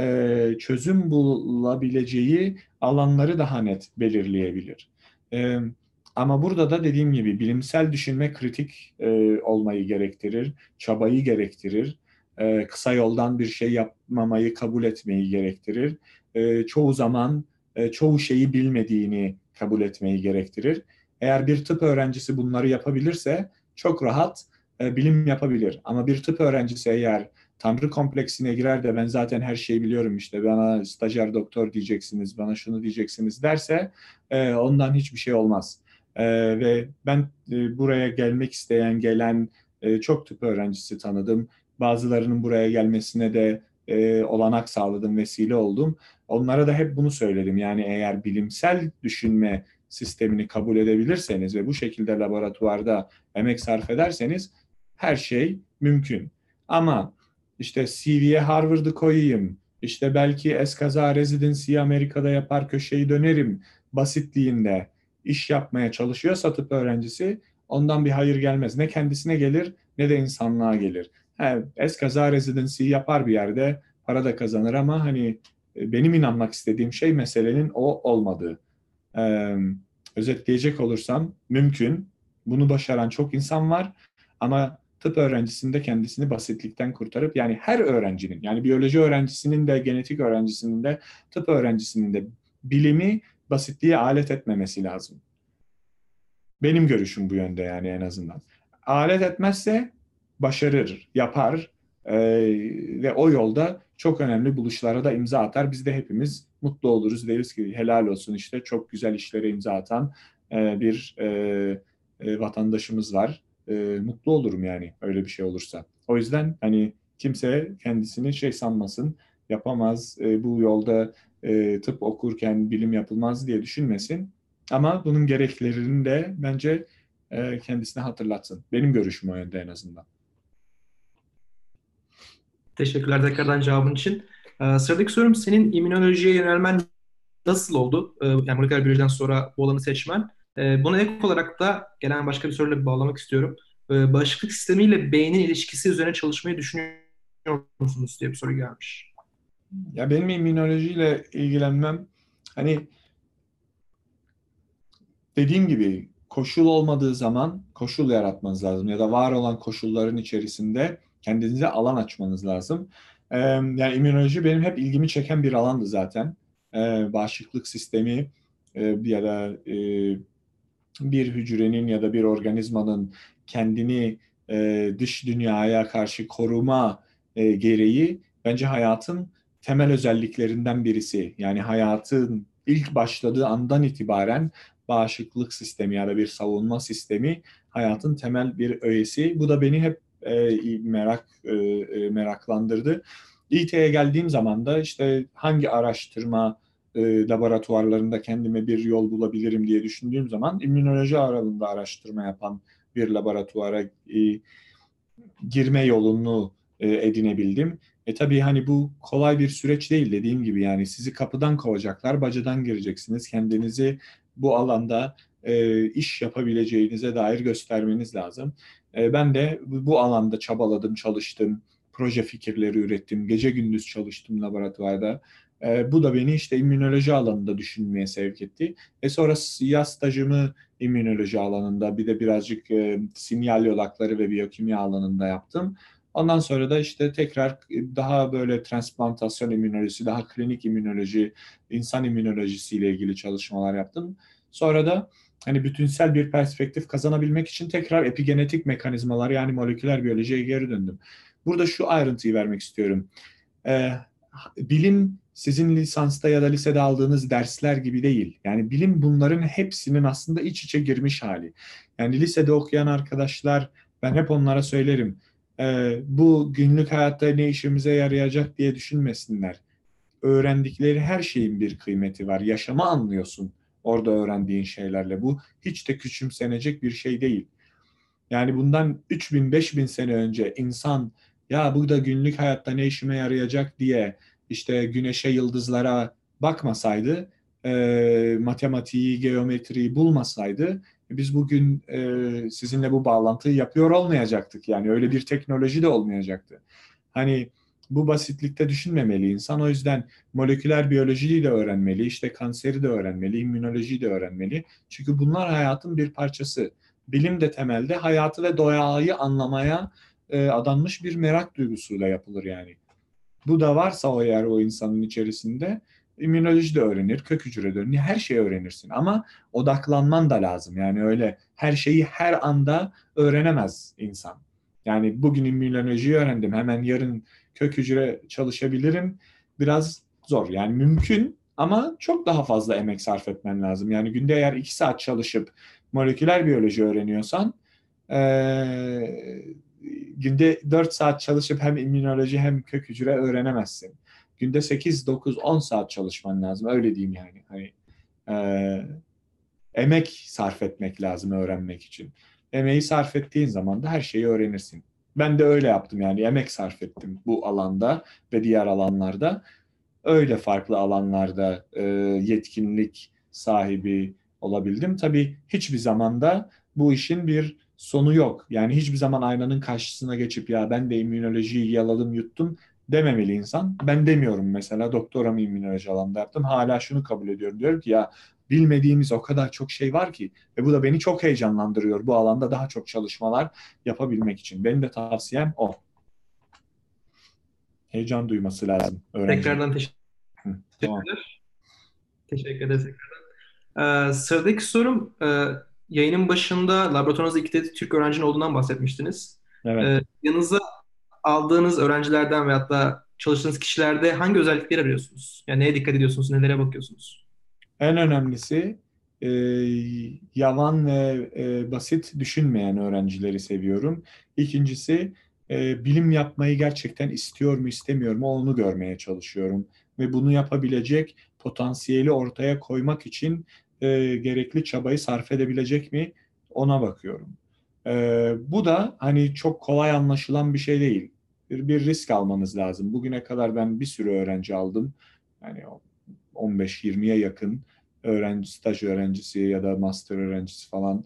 çözüm bulabileceği alanları daha net belirleyebilir. E, Ama burada da dediğim gibi bilimsel düşünme kritik olmayı gerektirir, çabayı gerektirir. Kısa yoldan bir şey yapmamayı kabul etmeyi gerektirir. Çoğu zaman çoğu şeyi bilmediğini kabul etmeyi gerektirir. Eğer bir tıp öğrencisi bunları yapabilirse çok rahat bilim yapabilir. Ama bir tıp öğrencisi eğer Tanrı kompleksine girer de ben zaten her şeyi biliyorum işte bana stajyer doktor diyeceksiniz, bana şunu diyeceksiniz derse ondan hiçbir şey olmaz. Ve ben buraya gelmek isteyen, gelen çok tıp öğrencisi tanıdım. Bazılarının buraya gelmesine de olanak sağladım, vesile oldum. Onlara da hep bunu söyledim. Yani eğer bilimsel düşünme sistemini kabul edebilirseniz ve bu şekilde laboratuvarda emek sarf ederseniz her şey mümkün. Ama işte CV'ye Harvard'ı koyayım, işte belki eskaza residency'yi Amerika'da yapar köşeyi dönerim basitliğinde iş yapmaya çalışıyorsa tıp öğrencisi ondan bir hayır gelmez. Ne kendisine gelir ne de insanlığa gelir. Eskaza residency yapar bir yerde para da kazanır ama hani benim inanmak istediğim şey meselenin o olmadığı. Ee, Özetleyecek olursam mümkün. Bunu başaran çok insan var ama tıp öğrencisinde kendisini basitlikten kurtarıp yani her öğrencinin yani biyoloji öğrencisinin de genetik öğrencisinin de tıp öğrencisinin de bilimi basitliğe alet etmemesi lazım. Benim görüşüm bu yönde yani en azından. Alet etmezse başarır, yapar ve o yolda çok önemli buluşlara da imza atar. Biz de hepimiz mutlu oluruz. Deriz ki helal olsun işte çok güzel işlere imza atan bir vatandaşımız var. Mutlu olurum yani öyle bir şey olursa. O yüzden hani kimse kendisini şey sanmasın, yapamaz, bu yolda tıp okurken bilim yapılmaz diye düşünmesin. Ama bunun gereklerini de bence kendisine hatırlatsın. Benim görüşüm o yönde en azından.
Teşekkürler tekrardan cevabın için. Sıradaki sorum senin immünolojiye yönelmen nasıl oldu? Yani moleküler biyolojiden sonra bu alanı seçmen. Buna ek olarak da gelen başka bir soruyla bağlamak istiyorum. Bağışıklık sistemiyle beynin ilişkisi üzerine çalışmayı düşünüyor musunuz diye bir soru gelmiş.
Ya benim immünolojiyle ilgilenmem hani dediğim gibi koşul olmadığı zaman koşul yaratmanız lazım ya da var olan koşulların içerisinde kendinize alan açmanız lazım. Yani immünoloji benim hep ilgimi çeken bir alandı zaten. Bağışıklık sistemi ya da bir hücrenin ya da bir organizmanın kendini dış dünyaya karşı koruma gereği bence hayatın temel özelliklerinden birisi. Yani hayatın ilk başladığı andan itibaren bağışıklık sistemi ya da bir savunma sistemi hayatın temel bir öğesi. Bu da beni hep meraklandırdı. İT'ye geldiğim zaman da işte hangi araştırma laboratuvarlarında kendime bir yol bulabilirim diye düşündüğüm zaman immünoloji alanında araştırma yapan bir laboratuvara girme yolunu edinebildim. Tabii hani bu kolay bir süreç değil dediğim gibi yani sizi kapıdan kovacaklar, bacadan gireceksiniz. Kendinizi bu alanda iş yapabileceğinize dair göstermeniz lazım. Ben de bu alanda çabaladım, çalıştım, proje fikirleri ürettim, gece gündüz çalıştım laboratuvarda. Bu da beni işte immünoloji alanında düşünmeye sevk etti. Sonra yaz stajımı immünoloji alanında bir de birazcık sinyal yolakları ve biyokimya alanında yaptım. Ondan sonra da işte tekrar daha böyle transplantasyon immünolojisi, daha klinik immünoloji, insan immünolojisiyle ilgili çalışmalar yaptım. Sonra da hani bütünsel bir perspektif kazanabilmek için tekrar epigenetik mekanizmalar yani moleküler biyolojiye geri döndüm. Burada şu ayrıntıyı vermek istiyorum. Ee, Bilim sizin lisansta ya da lisede aldığınız dersler gibi değil. Yani bilim bunların hepsinin aslında iç içe girmiş hali. Yani lisede okuyan arkadaşlar Ben hep onlara söylerim. Bu günlük hayatta ne işimize yarayacak diye düşünmesinler. Öğrendikleri her şeyin bir kıymeti var. Yaşamı anlıyorsun orada öğrendiğin şeylerle. Bu hiç de küçümsenecek bir şey değil. Yani bundan 3000-5000 sene önce insan ya bu da günlük hayatta ne işime yarayacak diye işte güneşe, yıldızlara bakmasaydı, matematiği, geometriyi bulmasaydı biz bugün sizinle bu bağlantıyı yapıyor olmayacaktık. Yani öyle bir teknoloji de olmayacaktı. Hani bu basitlikte düşünmemeli insan. O yüzden moleküler biyolojiyi de öğrenmeli, işte kanseri de öğrenmeli, immünolojiyi de öğrenmeli. Çünkü bunlar hayatın bir parçası. Bilim de temelde hayatı ve doğayı anlamaya adanmış bir merak duygusuyla yapılır yani. Bu da varsa o eğer o insanın içerisinde immünoloji de öğrenir, kök hücre de öğrenir, her şeyi öğrenirsin. Ama odaklanman da lazım. Yani öyle her şeyi her anda öğrenemez insan. Yani bugün immünolojiyi öğrendim, hemen yarın kök hücre çalışabilirim. Biraz zor. Yani mümkün ama çok daha fazla emek sarf etmen lazım. Yani günde eğer 2 saat çalışıp moleküler biyoloji öğreniyorsan günde 4 saat çalışıp hem immünoloji hem kök hücre öğrenemezsin. Günde 8, 9, 10 saat çalışman lazım. Öyle diyeyim yani. Hani e, emek sarf etmek lazım öğrenmek için. Emeği sarf ettiğin zaman da her şeyi öğrenirsin. Ben de öyle yaptım yani emek sarf ettim bu alanda ve diğer alanlarda. Öyle farklı alanlarda yetkinlik sahibi olabildim. Tabii hiçbir zamanda bu işin bir sonu yok. Yani hiçbir zaman aynanın karşısına geçip ya ben de immünolojiyi yaladım yuttum dememeli insan. Ben demiyorum mesela doktoramı immünoloji alanında yaptım. Hala şunu kabul ediyorum. Diyorum ki ya bilmediğimiz o kadar çok şey var ki ve bu da beni çok heyecanlandırıyor. Bu alanda daha çok çalışmalar yapabilmek için. Benim de tavsiyem o. Heyecan duyması lazım öğrencinin.
Tekrardan
Hı, tamam.
teşekkürler. Teşekkür ederiz. Sıradaki sorum, yayının başında laboratuvarınızda 2 Türk öğrencinin olduğundan bahsetmiştiniz.
Evet.
Yanınıza aldığınız öğrencilerden veyahut da çalıştığınız kişilerde hangi özellikleri arıyorsunuz? Yani neye dikkat ediyorsunuz, nelere bakıyorsunuz?
En önemlisi e, yavan ve basit düşünmeyen öğrencileri seviyorum. İkincisi bilim yapmayı gerçekten istiyor mu istemiyor mu onu görmeye çalışıyorum. Ve bunu yapabilecek potansiyeli ortaya koymak için gerekli çabayı sarf edebilecek mi ona bakıyorum. Bu da hani çok kolay anlaşılan bir şey değil. Bir risk almanız lazım. Bugüne kadar ben bir sürü öğrenci aldım. Yani 15-20'ye yakın öğrenci, staj öğrencisi ya da master öğrencisi falan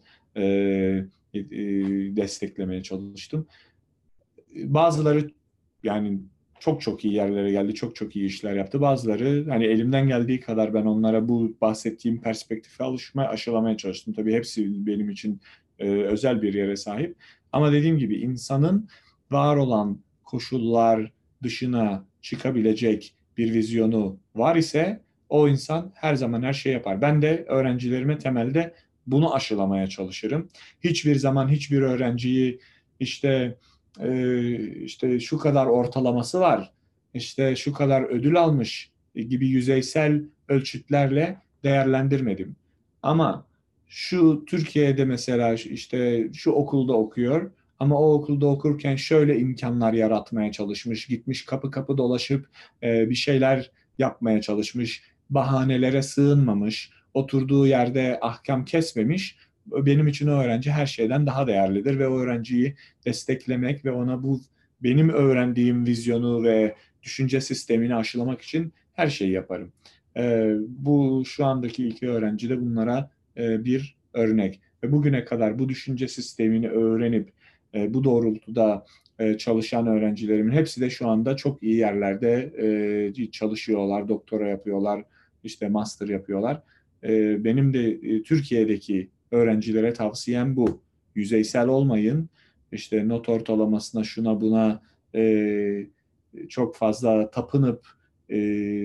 desteklemeye çalıştım. Bazıları yani çok çok iyi yerlere geldi, çok çok iyi işler yaptı. Bazıları hani elimden geldiği kadar ben onlara bu bahsettiğim perspektife aşılamaya çalıştım. Tabii hepsi benim için özel bir yere sahip. Ama dediğim gibi insanın var olan koşullar dışına çıkabilecek bir vizyonu var ise o insan her zaman her şey yapar. Ben de öğrencilerime temelde bunu aşılamaya çalışırım. Hiçbir zaman hiçbir öğrenciyi işte işte şu kadar ortalaması var, işte şu kadar ödül almış gibi yüzeysel ölçütlerle değerlendirmedim. Ama şu Türkiye'de mesela işte şu okulda okuyor ama o okulda okurken şöyle imkanlar yaratmaya çalışmış, gitmiş kapı kapı dolaşıp bir şeyler yapmaya çalışmış, bahanelere sığınmamış, oturduğu yerde ahkam kesmemiş. Benim için o öğrenci her şeyden daha değerlidir ve o öğrenciyi desteklemek ve ona bu benim öğrendiğim vizyonu ve düşünce sistemini aşılamak için her şeyi yaparım. Bu şu andaki 2 öğrenci de bunlara bir örnek. Ve bugüne kadar bu düşünce sistemini öğrenip bu doğrultuda çalışan öğrencilerimin hepsi de şu anda çok iyi yerlerde çalışıyorlar, doktora yapıyorlar, işte master yapıyorlar. Benim de Türkiye'deki öğrencilere tavsiyem bu. Yüzeysel olmayın, işte not ortalamasına şuna buna çok fazla tapınıp e,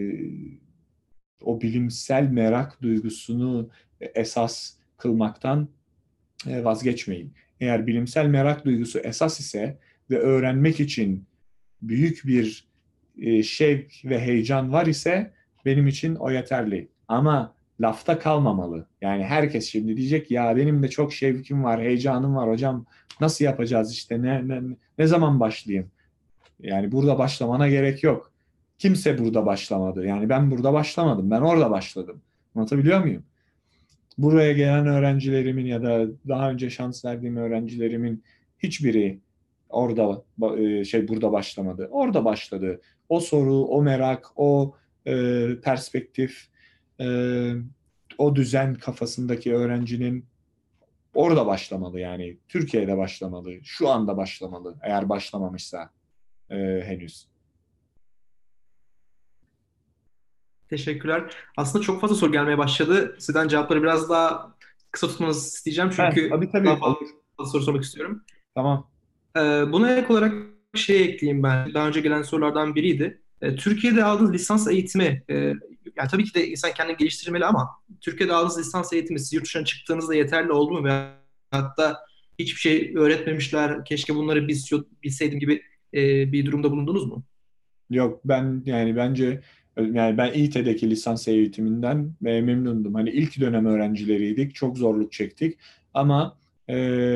o bilimsel merak duygusunu esas kılmaktan vazgeçmeyin. Eğer bilimsel merak duygusu esas ise ve öğrenmek için büyük bir şevk ve heyecan var ise benim için o yeterli. Ama lafta kalmamalı. Yani herkes şimdi diyecek ya benim de çok şevkim var, heyecanım var hocam. Nasıl yapacağız işte ne zaman başlayayım? Yani burada başlamana gerek yok. Kimse burada başlamadı. Yani ben burada başlamadım. Ben orada başladım. Anlatabiliyor muyum? Buraya gelen öğrencilerimin ya da daha önce şans verdiğim öğrencilerimin hiçbiri orada burada başlamadı. Orada başladı. O soru, o merak, o perspektif, e, o düzen kafasındaki öğrencinin orada başlamalı yani. Türkiye'de başlamalı. Şu anda başlamalı. Eğer başlamamışsa henüz.
Teşekkürler. Aslında çok fazla soru gelmeye başladı. Sizden cevapları biraz daha kısa tutmanızı isteyeceğim çünkü
Tabii
daha
tabii olur.
fazla soru sormak istiyorum.
Tamam.
Buna ek olarak şey ekleyeyim ben. Daha önce gelen sorulardan biriydi. Türkiye'de aldığınız lisans eğitimi, yani tabii ki de insan kendini geliştirmeli ama Türkiye'de aldığınız lisans eğitimi siz yurt dışına çıktığınızda yeterli oldu mu? Ve hatta hiçbir şey öğretmemişler, keşke bunları bilseydim gibi bir durumda bulundunuz mu?
Yok ben yani bence yani ben İİTE'deki lisans eğitiminden memnundum. Hani ilk dönem öğrencileriydik. Çok zorluk çektik. Ama e,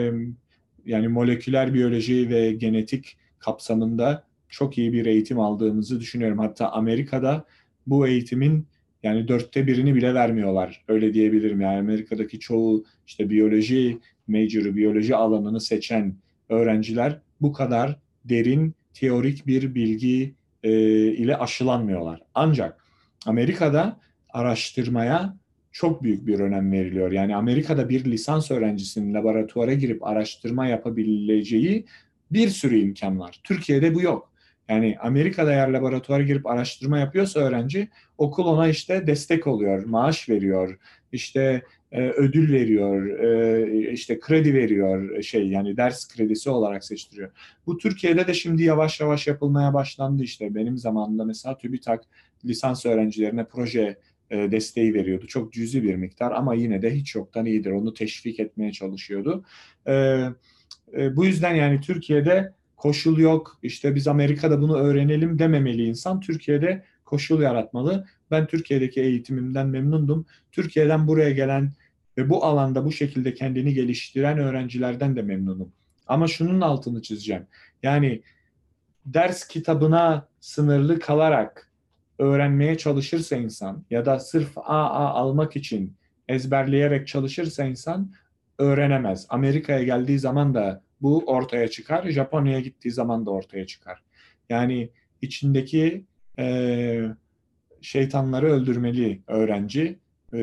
yani moleküler biyoloji ve genetik kapsamında çok iyi bir eğitim aldığımızı düşünüyorum. Hatta Amerika'da bu eğitimin yani dörtte birini bile vermiyorlar. Öyle diyebilirim. Yani Amerika'daki çoğu işte biyoloji major'ı, biyoloji alanını seçen öğrenciler bu kadar derin teorik bir bilgi ile aşılanmıyorlar. Ancak Amerika'da araştırmaya çok büyük bir önem veriliyor. Yani Amerika'da bir lisans öğrencisinin laboratuvara girip araştırma yapabileceği bir sürü imkan var. Türkiye'de bu yok. Yani Amerika'da eğer laboratuvara girip araştırma yapıyorsa öğrenci okul ona işte destek oluyor, maaş veriyor, işte ödül veriyor, işte kredi veriyor, yani ders kredisi olarak seçtiriyor. Bu Türkiye'de de şimdi yavaş yavaş yapılmaya başlandı işte. Benim zamanımda mesela TÜBİTAK lisans öğrencilerine proje desteği veriyordu. Çok cüzi bir miktar ama yine de hiç yoktan iyidir. Onu teşvik etmeye çalışıyordu. E, Bu yüzden yani Türkiye'de koşul yok. İşte biz Amerika'da bunu öğrenelim dememeli insan. Türkiye'de koşul yaratmalı. Ben Türkiye'deki eğitimimden memnundum. Türkiye'den buraya gelen ve bu alanda bu şekilde kendini geliştiren öğrencilerden de memnunum. Ama şunun altını çizeceğim. Yani ders kitabına sınırlı kalarak öğrenmeye çalışırsa insan ya da sırf AA almak için ezberleyerek çalışırsa insan öğrenemez. Amerika'ya geldiği zaman da bu ortaya çıkar. Japonya'ya gittiği zaman da ortaya çıkar. Yani içindeki e, şeytanları öldürmeli öğrenci.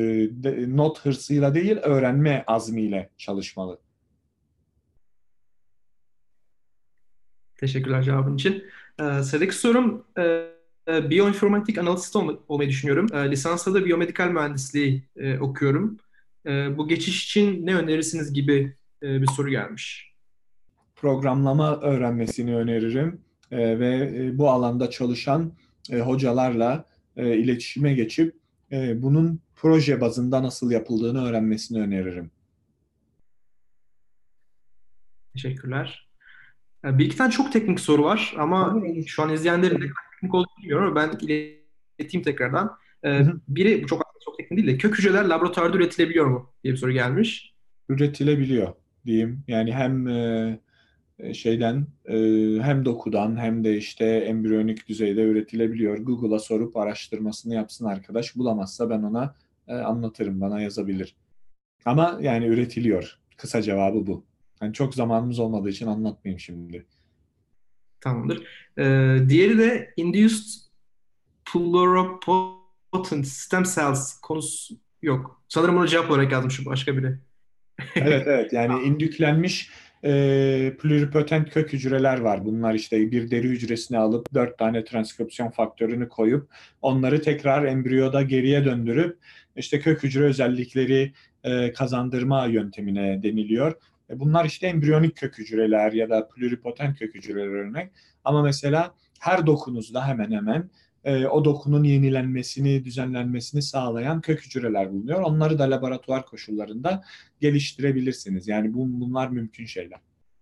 Not hırsıyla değil, öğrenme azmiyle çalışmalı.
Teşekkürler cevabın için. Sıradaki sorum biyoinformatik analist olmayı düşünüyorum. Lisansta da biyomedikal mühendisliği okuyorum. Bu geçiş için ne önerirsiniz gibi bir soru gelmiş.
Programlama öğrenmesini öneririm. Ve bu alanda çalışan hocalarla iletişime geçip bunun proje bazında nasıl yapıldığını öğrenmesini öneririm.
Teşekkürler. Bir iki tane çok teknik soru var ama
Olur olur.
şu an izleyenlerin ne kadar teknik olduğunu bilmiyorum ama ben ileteyim tekrardan.
Hı hı.
Biri bu çok teknik değil de kök hücreler laboratuvarda üretilebiliyor mu diye bir soru gelmiş.
Üretilebiliyor diyeyim. Yani hem şeyden hem dokudan hem de işte embriyonik düzeyde üretilebiliyor. Google'a sorup araştırmasını yapsın arkadaş. Bulamazsa ben ona anlatırım, bana yazabilir. Ama yani üretiliyor. Kısa cevabı bu. Yani çok zamanımız olmadığı için anlatmayayım şimdi.
Tamamdır. Diğeri de induced pluripotent stem cells konusu yok. Sanırım onu cevap olarak yazmışım başka biri.
Evet evet yani indüklenmiş pluripotent kök hücreler var. Bunlar işte bir deri hücresini alıp dört tane transkripsiyon faktörünü koyup onları tekrar embriyoda geriye döndürüp işte kök hücre özellikleri kazandırma yöntemine deniliyor. Bunlar işte embriyonik kök hücreler ya da pluripotent kök hücreler örnek. Ama mesela her dokunuzda hemen hemen o dokunun yenilenmesini, düzenlenmesini sağlayan kök hücreler bulunuyor. Onları da laboratuvar koşullarında geliştirebilirsiniz. Yani bunlar mümkün şeyler.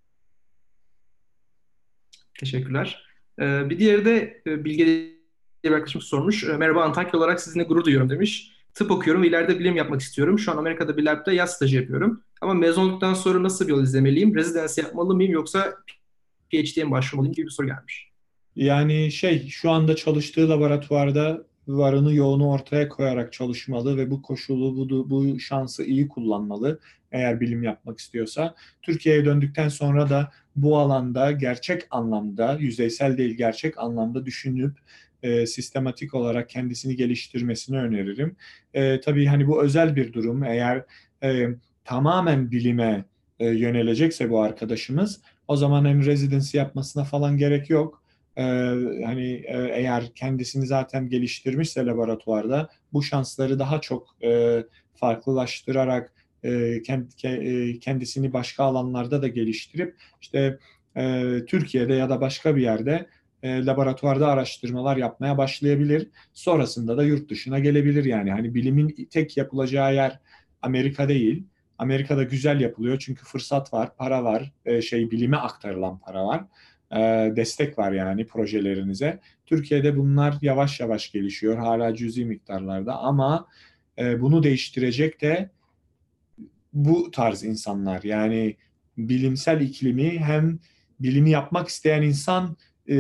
Teşekkürler. Bir diğeri de Bilge diye bir arkadaşımız sormuş. Merhaba Antakya olarak sizinle gurur duyuyorum demiş. tıp okuyorum ve ileride bilim yapmak istiyorum. Şu an Amerika'da bir labda yaz stajı yapıyorum. Ama mezun olduktan sonra nasıl bir yol izlemeliyim? Residency yapmalı mıyım yoksa PhD'ye mi başlamalıyım gibi bir soru gelmiş.
Yani şu anda çalıştığı laboratuvarda varını yoğunu ortaya koyarak çalışmalı ve bu koşulu, bu şansı iyi kullanmalı eğer bilim yapmak istiyorsa. Türkiye'ye döndükten sonra da bu alanda gerçek anlamda, yüzeysel değil gerçek anlamda düşünüp sistematik olarak kendisini geliştirmesini öneririm. Tabii hani bu özel bir durum. Eğer e, tamamen bilime yönelecekse bu arkadaşımız, o zaman hem residency yapmasına falan gerek yok. Ee, eğer kendisini zaten geliştirmişse laboratuvarda bu şansları daha çok farklılaştırarak kendisini başka alanlarda da geliştirip işte Türkiye'de ya da başka bir yerde laboratuvarda araştırmalar yapmaya başlayabilir. Sonrasında da yurt dışına gelebilir yani. Hani bilimin tek yapılacağı yer Amerika değil. Amerika'da güzel yapılıyor çünkü fırsat var, para var, bilime aktarılan para var, destek var yani projelerinize. Türkiye'de bunlar yavaş yavaş gelişiyor, hala cüzi miktarlarda ama bunu değiştirecek de bu tarz insanlar. Yani bilimsel iklimi hem bilimi yapmak isteyen insan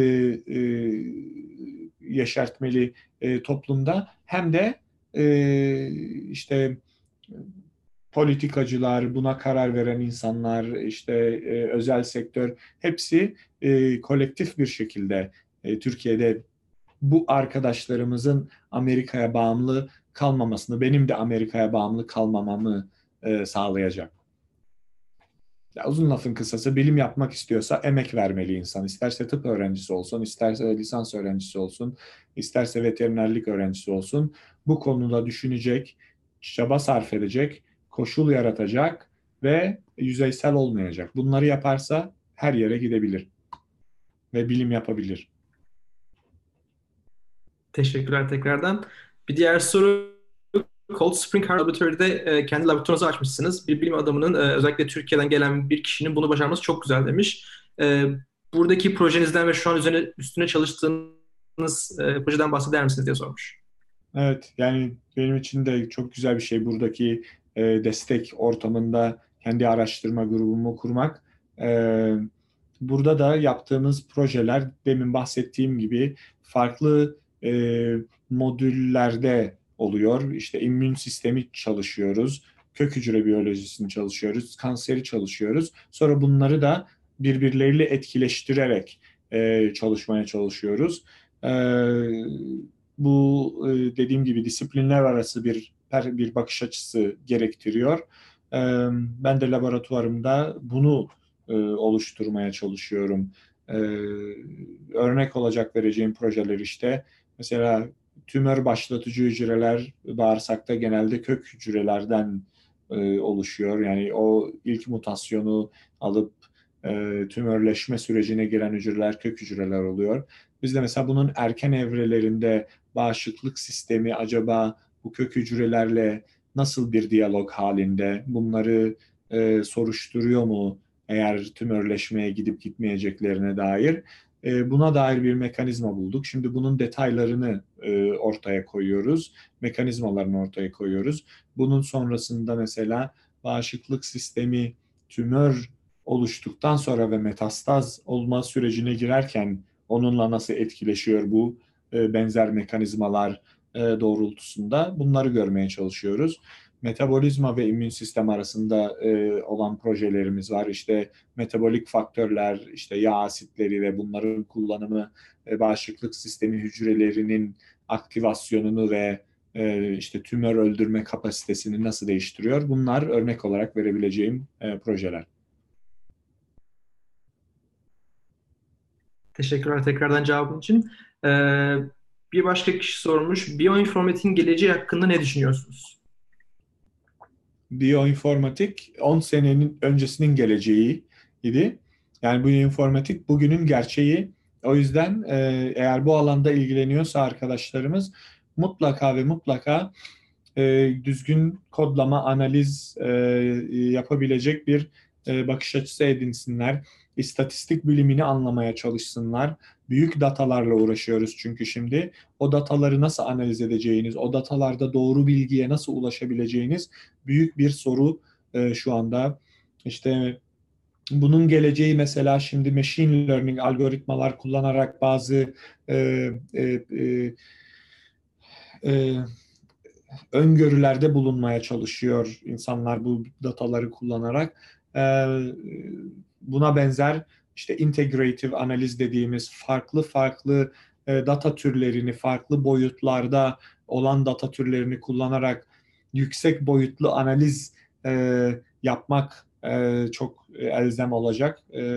yeşertmeli toplumda hem de işte politikacılar, buna karar veren insanlar, işte özel sektör hepsi kolektif bir şekilde Türkiye'de bu arkadaşlarımızın Amerika'ya bağımlı kalmamasını, benim de Amerika'ya bağımlı kalmamamı sağlayacak. Ya uzun lafın kısası bilim yapmak istiyorsa emek vermeli insan. İsterse tıp öğrencisi olsun, isterse lisans öğrencisi olsun, isterse veterinerlik öğrencisi olsun. Bu konuda düşünecek, çaba sarf edecek, koşul yaratacak ve yüzeysel olmayacak. Bunları yaparsa her yere gidebilir ve bilim yapabilir.
Teşekkürler tekrardan. Bir diğer soru, Cold Spring Laboratory'de kendi laboratuvarınızı açmışsınız. Bir bilim adamının özellikle Türkiye'den gelen bir kişinin bunu başarması çok güzel demiş. Buradaki projenizden ve şu an üstüne çalıştığınız projeden bahseder misiniz diye sormuş.
Evet, yani benim için de çok güzel bir şey buradaki destek ortamında kendi araştırma grubumu kurmak. E, Burada da yaptığımız projeler demin bahsettiğim gibi farklı modüllerde oluyor. İşte immün sistemi çalışıyoruz, kök hücre biyolojisini çalışıyoruz, kanseri çalışıyoruz. Sonra bunları da birbirleriyle etkileştirerek çalışmaya çalışıyoruz. E, Bu dediğim gibi disiplinler arası bir bakış açısı gerektiriyor. E, Ben de laboratuvarımda bunu oluşturmaya çalışıyorum. E, Örnek olacak vereceğim projeler işte mesela tümör başlatıcı hücreler bağırsakta genelde kök hücrelerden oluşuyor. Yani o ilk mutasyonu alıp tümörleşme sürecine giren hücreler kök hücreler oluyor. Biz de mesela bunun erken evrelerinde bağışıklık sistemi acaba bu kök hücrelerle nasıl bir diyalog halinde, bunları soruşturuyor mu eğer tümörleşmeye gidip gitmeyeceklerine dair. Buna dair bir mekanizma bulduk. Şimdi bunun detaylarını ortaya koyuyoruz, mekanizmalarını ortaya koyuyoruz. Bunun sonrasında mesela bağışıklık sistemi tümör oluştuktan sonra ve metastaz olma sürecine girerken onunla nasıl etkileşiyor bu benzer mekanizmalar doğrultusunda bunları görmeye çalışıyoruz. Metabolizma ve immün sistem arasında olan projelerimiz var. İşte metabolik faktörler, işte yağ asitleri ve bunların kullanımı bağışıklık sistemi hücrelerinin aktivasyonunu ve işte tümör öldürme kapasitesini nasıl değiştiriyor? Bunlar örnek olarak verebileceğim projeler.
Teşekkürler tekrardan cevabın için. E, Bir başka kişi sormuş. Biyoinformatiğin geleceği hakkında ne düşünüyorsunuz?
Biyoinformatik 10 senenin öncesinin geleceği idi. Yani biyoinformatik bugünün gerçeği. O yüzden eğer bu alanda ilgileniyorsa arkadaşlarımız mutlaka ve mutlaka düzgün kodlama, analiz yapabilecek bir bakış açısı edinsinler. İstatistik bilimini anlamaya çalışsınlar. Büyük datalarla uğraşıyoruz çünkü şimdi. O dataları nasıl analiz edeceğiniz, o datalarda doğru bilgiye nasıl ulaşabileceğiniz büyük bir soru şu anda. İşte bunun geleceği mesela şimdi machine learning algoritmalar kullanarak bazı e, e, e, e, öngörülerde bulunmaya çalışıyor insanlar bu dataları kullanarak. Buna benzer işte integrative analiz dediğimiz farklı farklı data türlerini, farklı boyutlarda olan data türlerini kullanarak yüksek boyutlu analiz yapmak çok elzem olacak.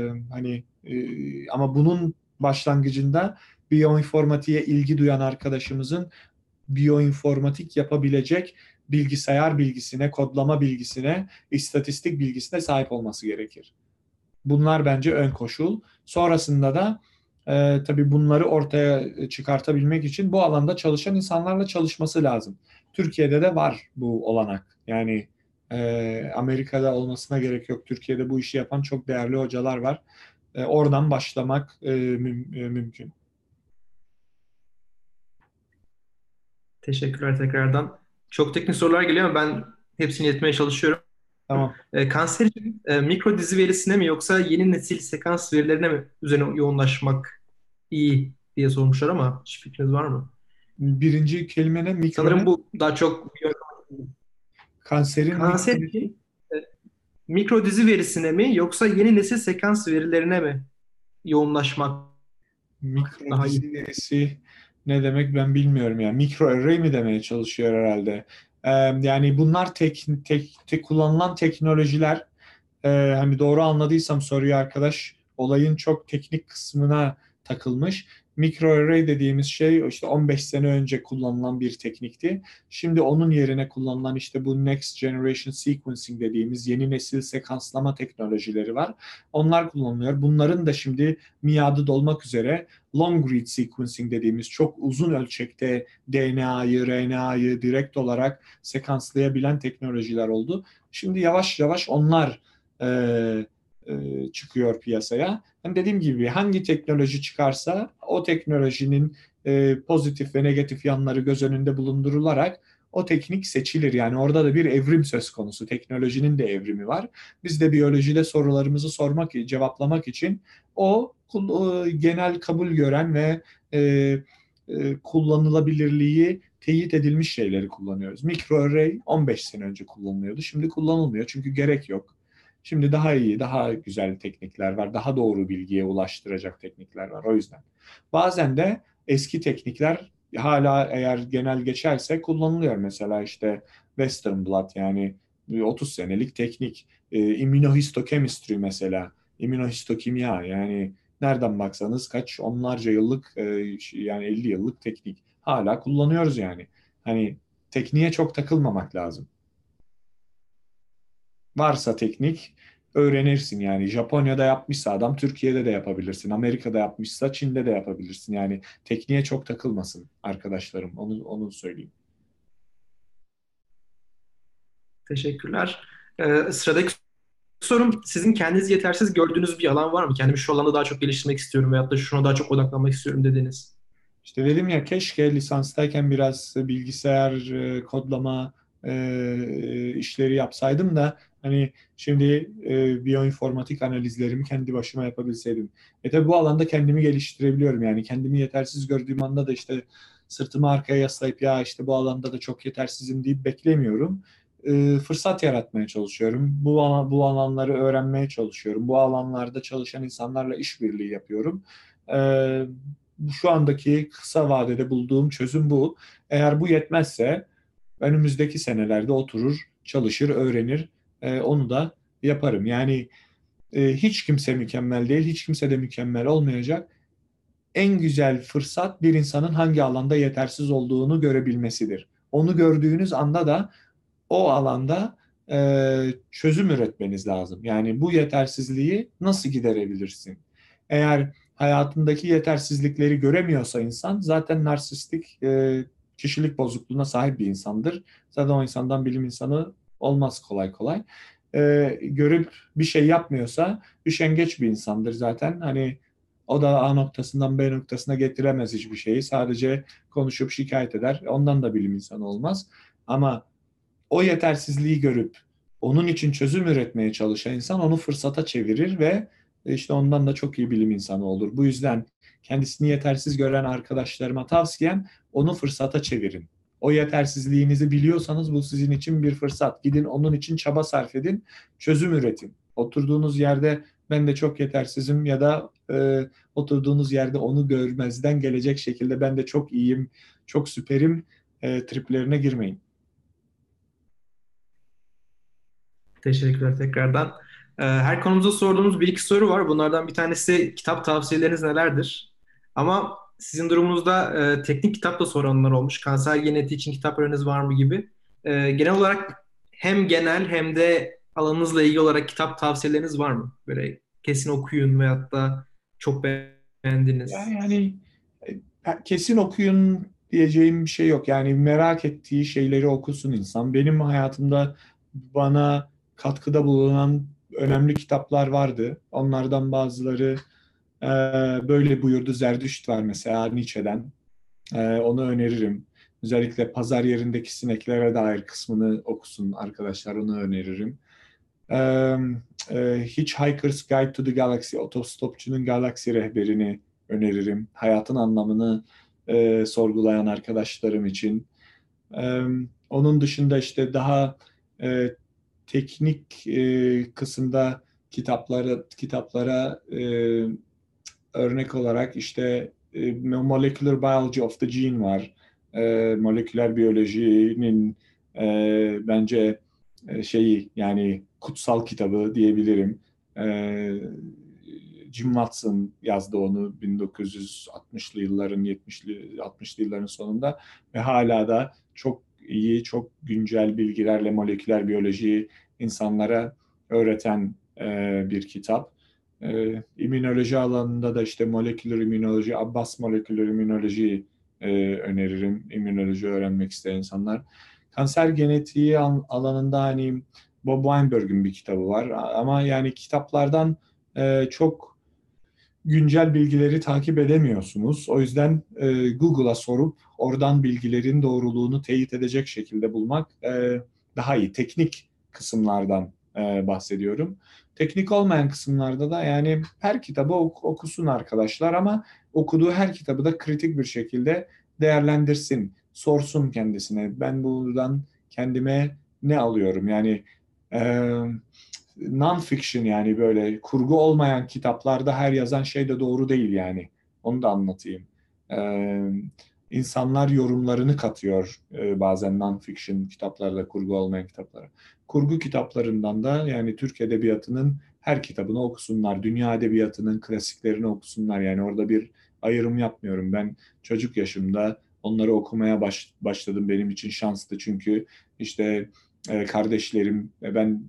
Ama bunun başlangıcında biyoinformatiğe ilgi duyan arkadaşımızın biyoinformatik yapabilecek bilgisayar bilgisine, kodlama bilgisine, istatistik bilgisine sahip olması gerekir. Bunlar bence ön koşul. Sonrasında da tabii bunları ortaya çıkartabilmek için bu alanda çalışan insanlarla çalışması lazım. Türkiye'de de var bu olanak. Yani Amerika'da olmasına gerek yok. Türkiye'de bu işi yapan çok değerli hocalar var. Oradan başlamak mümkün.
Teşekkürler tekrardan. Çok teknik sorular geliyor ama ben hepsini yetmeye çalışıyorum.
Tamam.
Kanser için mikro dizi verisine mi yoksa yeni nesil sekans verilerine mi üzerine yoğunlaşmak iyi diye sormuşlar ama hiç fikriniz var mı?
Birinci kelime ne? Mikro
Sanırım
ne?
bu daha çok
Kanserin
kanser
mikro
için mikro dizi verisine mi yoksa yeni nesil sekans verilerine mi yoğunlaşmak
mikro
daha iyi?
dizi verisi ne demek ben bilmiyorum ya. Mikro array mi demeye çalışıyor herhalde. Yani bunlar kullanılan teknolojiler. Hani doğru anladıysam soruyu arkadaş olayın çok teknik kısmına takılmış. Microarray dediğimiz şey işte 15 sene önce kullanılan bir teknikti. Şimdi onun yerine kullanılan işte bu Next Generation Sequencing dediğimiz yeni nesil sekanslama teknolojileri var. Onlar kullanılıyor. Bunların da şimdi miadı dolmak üzere long read sequencing dediğimiz çok uzun ölçekte DNA'yı, RNA'yı direkt olarak sekanslayabilen teknolojiler oldu. Şimdi yavaş yavaş onlar e, çıkıyor piyasaya. Hani dediğim gibi hangi teknoloji çıkarsa o teknolojinin pozitif ve negatif yanları göz önünde bulundurularak o teknik seçilir. Yani orada da bir evrim söz konusu. Teknolojinin de evrimi var. Biz de biyolojide sorularımızı sormak, cevaplamak için o genel kabul gören ve kullanılabilirliği teyit edilmiş şeyleri kullanıyoruz. Mikroarray 15 sene önce kullanılıyordu. Şimdi kullanılmıyor çünkü gerek yok. Şimdi daha iyi, daha güzel teknikler var. Daha doğru bilgiye ulaştıracak teknikler var. O yüzden. Bazen de eski teknikler hala eğer genel geçerse kullanılıyor. Mesela işte Western blot yani 30 senelik teknik. Immunohistochemistry mesela. İmmünohistokimya yani nereden baksanız kaç onlarca yıllık yani 50 yıllık teknik. Hala kullanıyoruz yani. Hani tekniğe çok takılmamak lazım. Varsa teknik öğrenirsin yani. Japonya'da yapmışsa adam Türkiye'de de yapabilirsin. Amerika'da yapmışsa Çin'de de yapabilirsin. Yani tekniğe çok takılmasın arkadaşlarım. Onu söyleyeyim.
Teşekkürler. Sıradaki sorum sizin kendinizi yetersiz gördüğünüz bir alan var mı? Kendimi şu alanda daha çok geliştirmek istiyorum veyahut da şuna daha çok odaklanmak istiyorum dediğiniz.
İşte dedim ya keşke lisanstayken biraz bilgisayar kodlama işleri yapsaydım da hani şimdi biyoinformatik analizlerimi kendi başıma yapabilseydim. Tabii bu alanda kendimi geliştirebiliyorum yani kendimi yetersiz gördüğüm anda da işte sırtımı arkaya yaslayıp ya işte bu alanda da çok yetersizim deyip beklemiyorum. Fırsat yaratmaya çalışıyorum. Bu alanları öğrenmeye çalışıyorum. Bu alanlarda çalışan insanlarla işbirliği yapıyorum. E, Şu andaki kısa vadede bulduğum çözüm bu. Eğer bu yetmezse önümüzdeki senelerde oturur, çalışır, öğrenir, onu da yaparım. Yani hiç kimse mükemmel değil, hiç kimse de mükemmel olmayacak. En güzel fırsat bir insanın hangi alanda yetersiz olduğunu görebilmesidir. Onu gördüğünüz anda da o alanda çözüm üretmeniz lazım. Yani bu yetersizliği nasıl giderebilirsin? Eğer hayatındaki yetersizlikleri göremiyorsa insan zaten narsistik kişilik bozukluğuna sahip bir insandır. Zaten o insandan bilim insanı olmaz kolay kolay. görüp bir şey yapmıyorsa üşengeç bir insandır zaten. Hani o da A noktasından B noktasına getiremez hiçbir şeyi. Sadece konuşup şikayet eder. Ondan da bilim insanı olmaz. Ama o yetersizliği görüp onun için çözüm üretmeye çalışan insan onu fırsata çevirir ve işte ondan da çok iyi bilim insanı olur. Bu yüzden kendisini yetersiz gören arkadaşlarıma tavsiyem onu fırsata çevirin. O yetersizliğinizi biliyorsanız bu sizin için bir fırsat. Gidin onun için çaba sarf edin, çözüm üretin. Oturduğunuz yerde ben de çok yetersizim ya da oturduğunuz yerde onu görmezden gelecek şekilde ben de çok iyiyim, çok süperim triplerine girmeyin.
Teşekkürler tekrardan. Her konumuza sorduğumuz bir iki soru var. Bunlardan bir tanesi kitap tavsiyeleriniz nelerdir? Ama sizin durumunuzda teknik kitap da soranlar olmuş. Kanser genetiği için kitap öneriniz var mı gibi. Genel olarak hem genel hem de alanınızla ilgili olarak kitap tavsiyeleriniz var mı? Böyle kesin okuyun veyahut da çok beğendiniz.
Yani kesin okuyun diyeceğim bir şey yok. Yani merak ettiği şeyleri okusun insan. Benim hayatımda bana katkıda bulunan önemli kitaplar vardı. Onlardan bazıları e, böyle buyurdu. Zerdüşt var mesela Nietzsche'den. Onu öneririm. Özellikle pazar yerindeki sineklere dair kısmını okusun arkadaşlar. Onu öneririm. E, Hitchhiker's Guide to the Galaxy, Otostopçunun Galaksi Rehberini öneririm. Hayatın anlamını sorgulayan arkadaşlarım için. E, Onun dışında işte daha e, teknik kısımda kitaplara örnek olarak işte Molecular Biology of the Gene var. Moleküler biyolojinin bence şeyi yani kutsal kitabı diyebilirim. E, Jim Watson yazdı onu 1960'lı yılların 70'li 60'lı yılların sonunda ve hala da çok iyi, çok güncel bilgilerle moleküler biyolojiyi insanlara öğreten bir kitap. İmmünoloji alanında da işte moleküler immünoloji, Abbas moleküler immünoloji öneririm. İmmünoloji öğrenmek isteyen insanlar. Kanser genetiği alanında hani Bob Weinberg'in bir kitabı var. Ama yani kitaplardan çok güncel bilgileri takip edemiyorsunuz. O yüzden Google'a sorup oradan bilgilerin doğruluğunu teyit edecek şekilde bulmak daha iyi. Teknik kısımlardan bahsediyorum. Teknik olmayan kısımlarda da yani her kitabı okusun arkadaşlar ama okuduğu her kitabı da kritik bir şekilde değerlendirsin, sorsun kendisine. Ben buradan kendime ne alıyorum? Yani e, non-fiction yani böyle kurgu olmayan kitaplarda her yazan şey de doğru değil yani. Onu da anlatayım. Ee, insanlar yorumlarını katıyor bazen non-fiction kitaplarda kurgu olmayan kitaplara. Kurgu kitaplarından da yani Türk Edebiyatı'nın her kitabını okusunlar. Dünya Edebiyatı'nın klasiklerini okusunlar. Yani orada bir ayrım yapmıyorum. Ben çocuk yaşımda onları okumaya başladım. Benim için şanslı çünkü işte kardeşlerim ve ben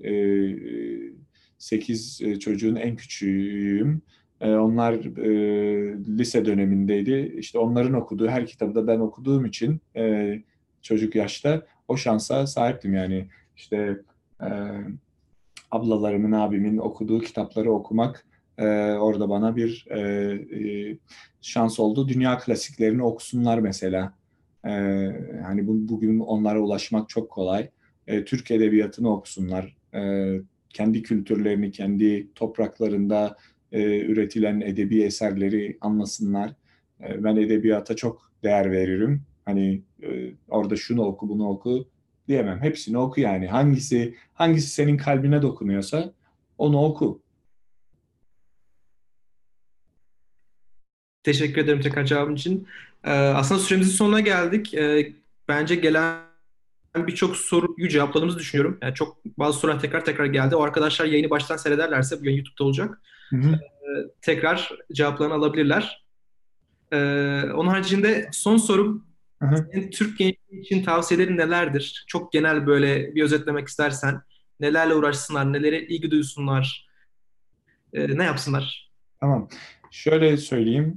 8 çocuğun en küçüğüyüm. Onlar lise dönemindeydi. İşte onların okuduğu her kitabı da ben okuduğum için çocuk yaşta o şansa sahiptim. Yani işte e, ablalarımın, abimin okuduğu kitapları okumak orada bana bir şans oldu. Dünya klasiklerini okusunlar mesela. E, Hani bugün onlara ulaşmak çok kolay. Türk edebiyatını okusunlar. Kendi kültürlerini, kendi topraklarında üretilen edebi eserleri anlasınlar. Ben edebiyata çok değer veririm. Hani orada şunu oku, bunu oku diyemem. Hepsini oku yani. Hangisi senin kalbine dokunuyorsa onu oku.
Teşekkür ederim tekrar cevabın için. Aslında süremizin sonuna geldik. Bence gelen birçok soruyu cevapladığımızı düşünüyorum. Yani çok bazı sorular tekrar tekrar geldi. O arkadaşlar yayını baştan seyrederlerse bu yayın YouTube'da olacak.
Hı hı.
Tekrar cevaplarını alabilirler. Onun haricinde son sorum
Hı hı.
senin Türk gençliği için tavsiyelerin nelerdir? Çok genel böyle bir özetlemek istersen nelerle uğraşsınlar, nelere ilgi duysunlar, ne yapsınlar?
Tamam. Şöyle söyleyeyim.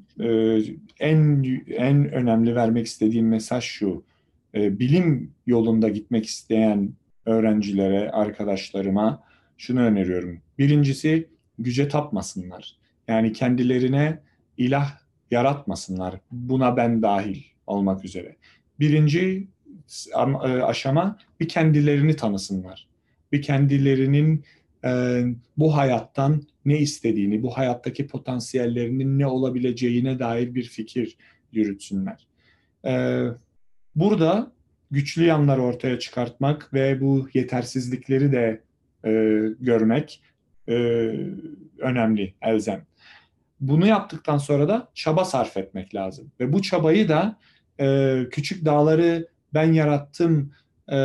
En önemli vermek istediğim mesaj şu. Bilim yolunda gitmek isteyen öğrencilere, arkadaşlarıma şunu öneriyorum. Birincisi, güce tapmasınlar. Yani kendilerine ilah yaratmasınlar. Buna ben dahil olmak üzere. Birinci aşama, bir kendilerini tanısınlar. Bir kendilerinin bu hayattan ne istediğini, bu hayattaki potansiyellerinin ne olabileceğine dair bir fikir yürütsünler. E, Burada güçlü yanları ortaya çıkartmak ve bu yetersizlikleri de e, görmek e, önemli, elzem. Bunu yaptıktan sonra da çaba sarf etmek lazım. Ve bu çabayı da küçük dağları ben yarattım e,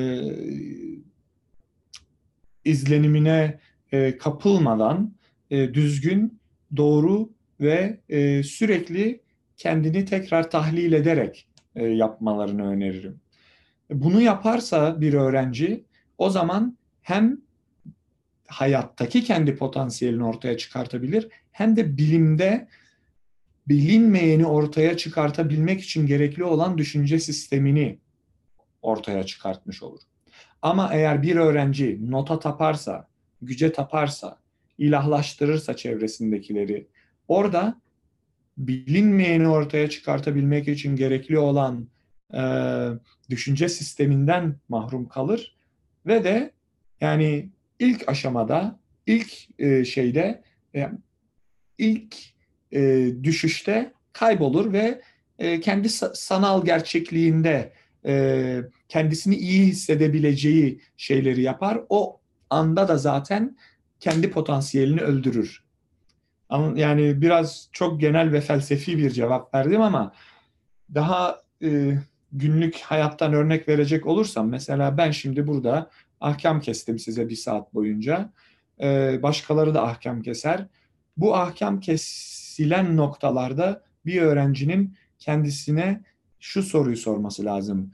izlenimine kapılmadan düzgün, doğru ve sürekli kendini tekrar tahlil ederek yapmalarını öneririm. Bunu yaparsa bir öğrenci, o zaman hem hayattaki kendi potansiyelini ortaya çıkartabilir, hem de bilimde bilinmeyeni ortaya çıkartabilmek için gerekli olan düşünce sistemini ortaya çıkartmış olur. Ama eğer bir öğrenci nota taparsa, güce taparsa, ilahlaştırırsa çevresindekileri, orada bilinmeyeni ortaya çıkartabilmek için gerekli olan e, düşünce sisteminden mahrum kalır ve de yani ilk aşamada, ilk şeyde, e, ilk düşüşte kaybolur ve kendi sanal gerçekliğinde kendisini iyi hissedebileceği şeyleri yapar. O anda da zaten kendi potansiyelini öldürür. Ama yani biraz çok genel ve felsefi bir cevap verdim ama daha günlük hayattan örnek verecek olursam, mesela ben şimdi burada ahkam kestim size bir saat boyunca. Başkaları da ahkam keser. Bu ahkam kesilen noktalarda bir öğrencinin kendisine şu soruyu sorması lazım: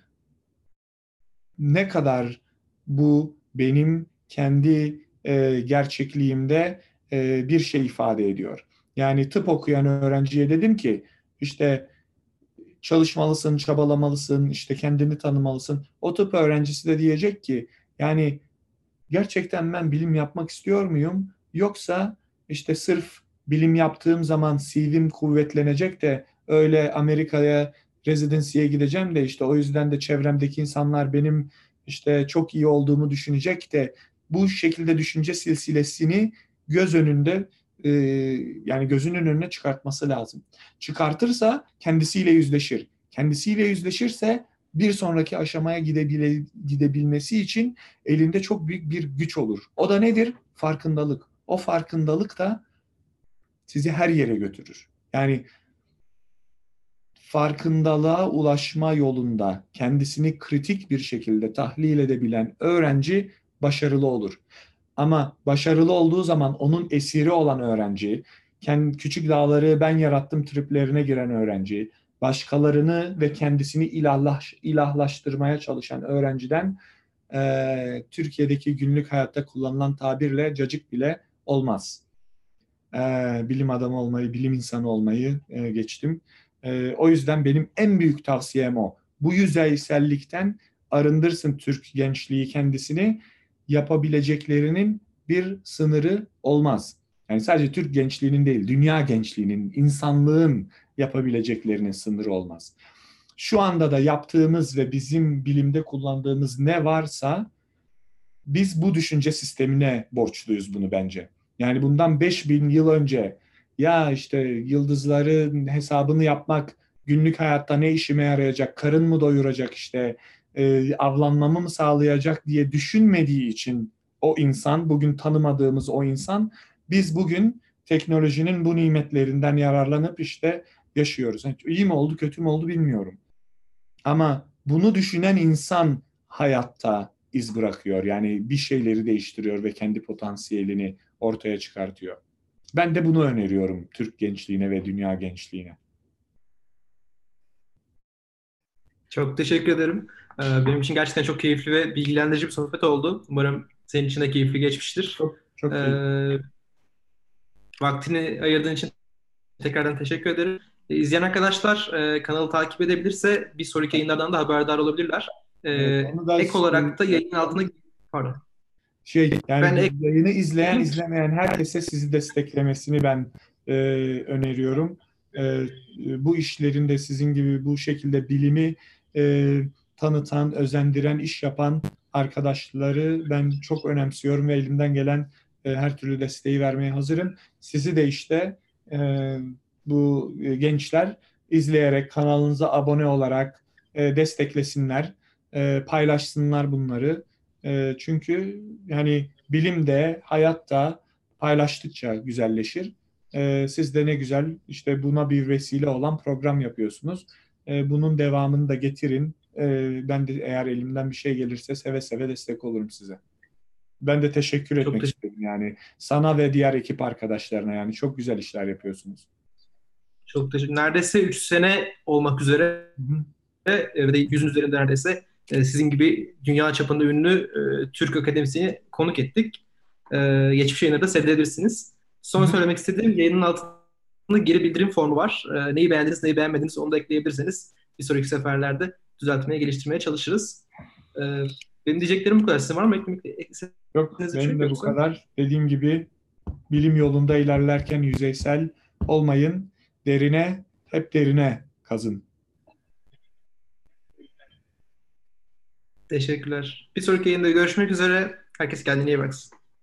ne kadar bu benim kendi gerçekliğimde bir şey ifade ediyor? Yani tıp okuyan öğrenciye dedim ki işte çalışmalısın, çabalamalısın, işte kendini tanımalısın. O tıp öğrencisi de diyecek ki yani gerçekten ben bilim yapmak istiyor muyum? Yoksa işte sırf bilim yaptığım zaman CV'm kuvvetlenecek de öyle Amerika'ya residency'ye gideceğim de işte o yüzden de çevremdeki insanlar benim işte çok iyi olduğumu düşünecek de, bu şekilde düşünce silsilesini göz önünde yani gözünün önüne çıkartması lazım. Çıkartırsa kendisiyle yüzleşir. Kendisiyle yüzleşirse bir sonraki aşamaya gidebilmesi için elinde çok büyük bir güç olur. O da nedir? Farkındalık. O farkındalık da sizi her yere götürür. Yani farkındalığa ulaşma yolunda kendisini kritik bir şekilde tahlil edebilen öğrenci başarılı olur. Ama başarılı olduğu zaman onun esiri olan öğrenci, kendi küçük dağları ben yarattım triplerine giren öğrenci, başkalarını ve kendisini ilahlaştırmaya çalışan öğrenciden Türkiye'deki günlük hayatta kullanılan tabirle cacık bile olmaz. Bilim adamı olmayı, bilim insanı olmayı geçtim. O yüzden benim en büyük tavsiyem o. Bu yüzeysellikten arındırsın Türk gençliği kendisini. Yapabileceklerinin bir sınırı olmaz. Yani sadece Türk gençliğinin değil, dünya gençliğinin, insanlığın yapabileceklerinin sınırı olmaz. Şu anda da yaptığımız ve bizim bilimde kullandığımız ne varsa biz bu düşünce sistemine borçluyuz bunu bence. Yani bundan 5000 yıl önce ya işte yıldızların hesabını yapmak günlük hayatta ne işime yarayacak, karın mı doyuracak, işte avlanmamı mı sağlayacak diye düşünmediği için o insan, bugün tanımadığımız o insan, biz bugün teknolojinin bu nimetlerinden yararlanıp işte yaşıyoruz. Yani iyi mi oldu, kötü mü oldu bilmiyorum. Ama bunu düşünen insan hayatta iz bırakıyor. Yani bir şeyleri değiştiriyor ve kendi potansiyelini ortaya çıkartıyor. Ben de bunu öneriyorum Türk gençliğine ve dünya gençliğine.
Çok teşekkür ederim. Benim için gerçekten çok keyifli ve bilgilendirici bir sohbet oldu. Umarım senin için de keyifli geçmiştir.
Çok çok keyifli.
Ee, Vaktini ayırdığın için tekrardan teşekkür ederim. İzleyen arkadaşlar kanalı takip edebilirse bir sonraki yayınlardan da haberdar olabilirler.
Evet, onu da
Ek olarak da yayın
söyleyeyim.
altına pardon.
Yani
Ben
bu yayını izleyen,
ekleyeyim.
izlemeyen herkese sizi desteklemesini ben e, öneriyorum. Bu işlerin de sizin gibi bu şekilde bilimi e, tanıtan, özendiren, iş yapan arkadaşları ben çok önemsiyorum ve elimden gelen her türlü desteği vermeye hazırım. Sizi de işte e, bu gençler izleyerek, kanalınıza abone olarak desteklesinler, paylaşsınlar bunları. Çünkü yani bilim de hayat da paylaştıkça güzelleşir. Siz de ne güzel işte buna bir vesile olan program yapıyorsunuz. Bunun devamını da getirin. Ben de eğer elimden bir şey gelirse seve seve destek olurum size. Ben de teşekkür
Çok
etmek
teşekkür,
istedim yani sana ve diğer ekip arkadaşlarına, yani çok güzel işler yapıyorsunuz.
çok teşekkür. Neredeyse 3 sene olmak üzere,
Hı hı.
ve de 100'ün üzerinde neredeyse sizin gibi dünya çapında ünlü Türk akademisyeni konuk ettik. Geçmiş yayınları da seyredebilirsiniz.
Hı
Son
hı.
söylemek istediğim, yayının altında geri bildirim formu var. Neyi beğendiniz, neyi beğenmediniz onu da ekleyebilirseniz bir sonraki seferlerde düzeltmeye, geliştirmeye çalışırız. E, Benim diyeceklerim bu kadar. Sizin var mı eklemek
Yok,
istediğiniz bir şey
benim de bu
yoksa?
kadar. Dediğim gibi bilim yolunda ilerlerken yüzeysel olmayın. Derine, hep derine kazın.
Teşekkürler. Bir sonraki yayında görüşmek üzere. Herkes kendine iyi baksın.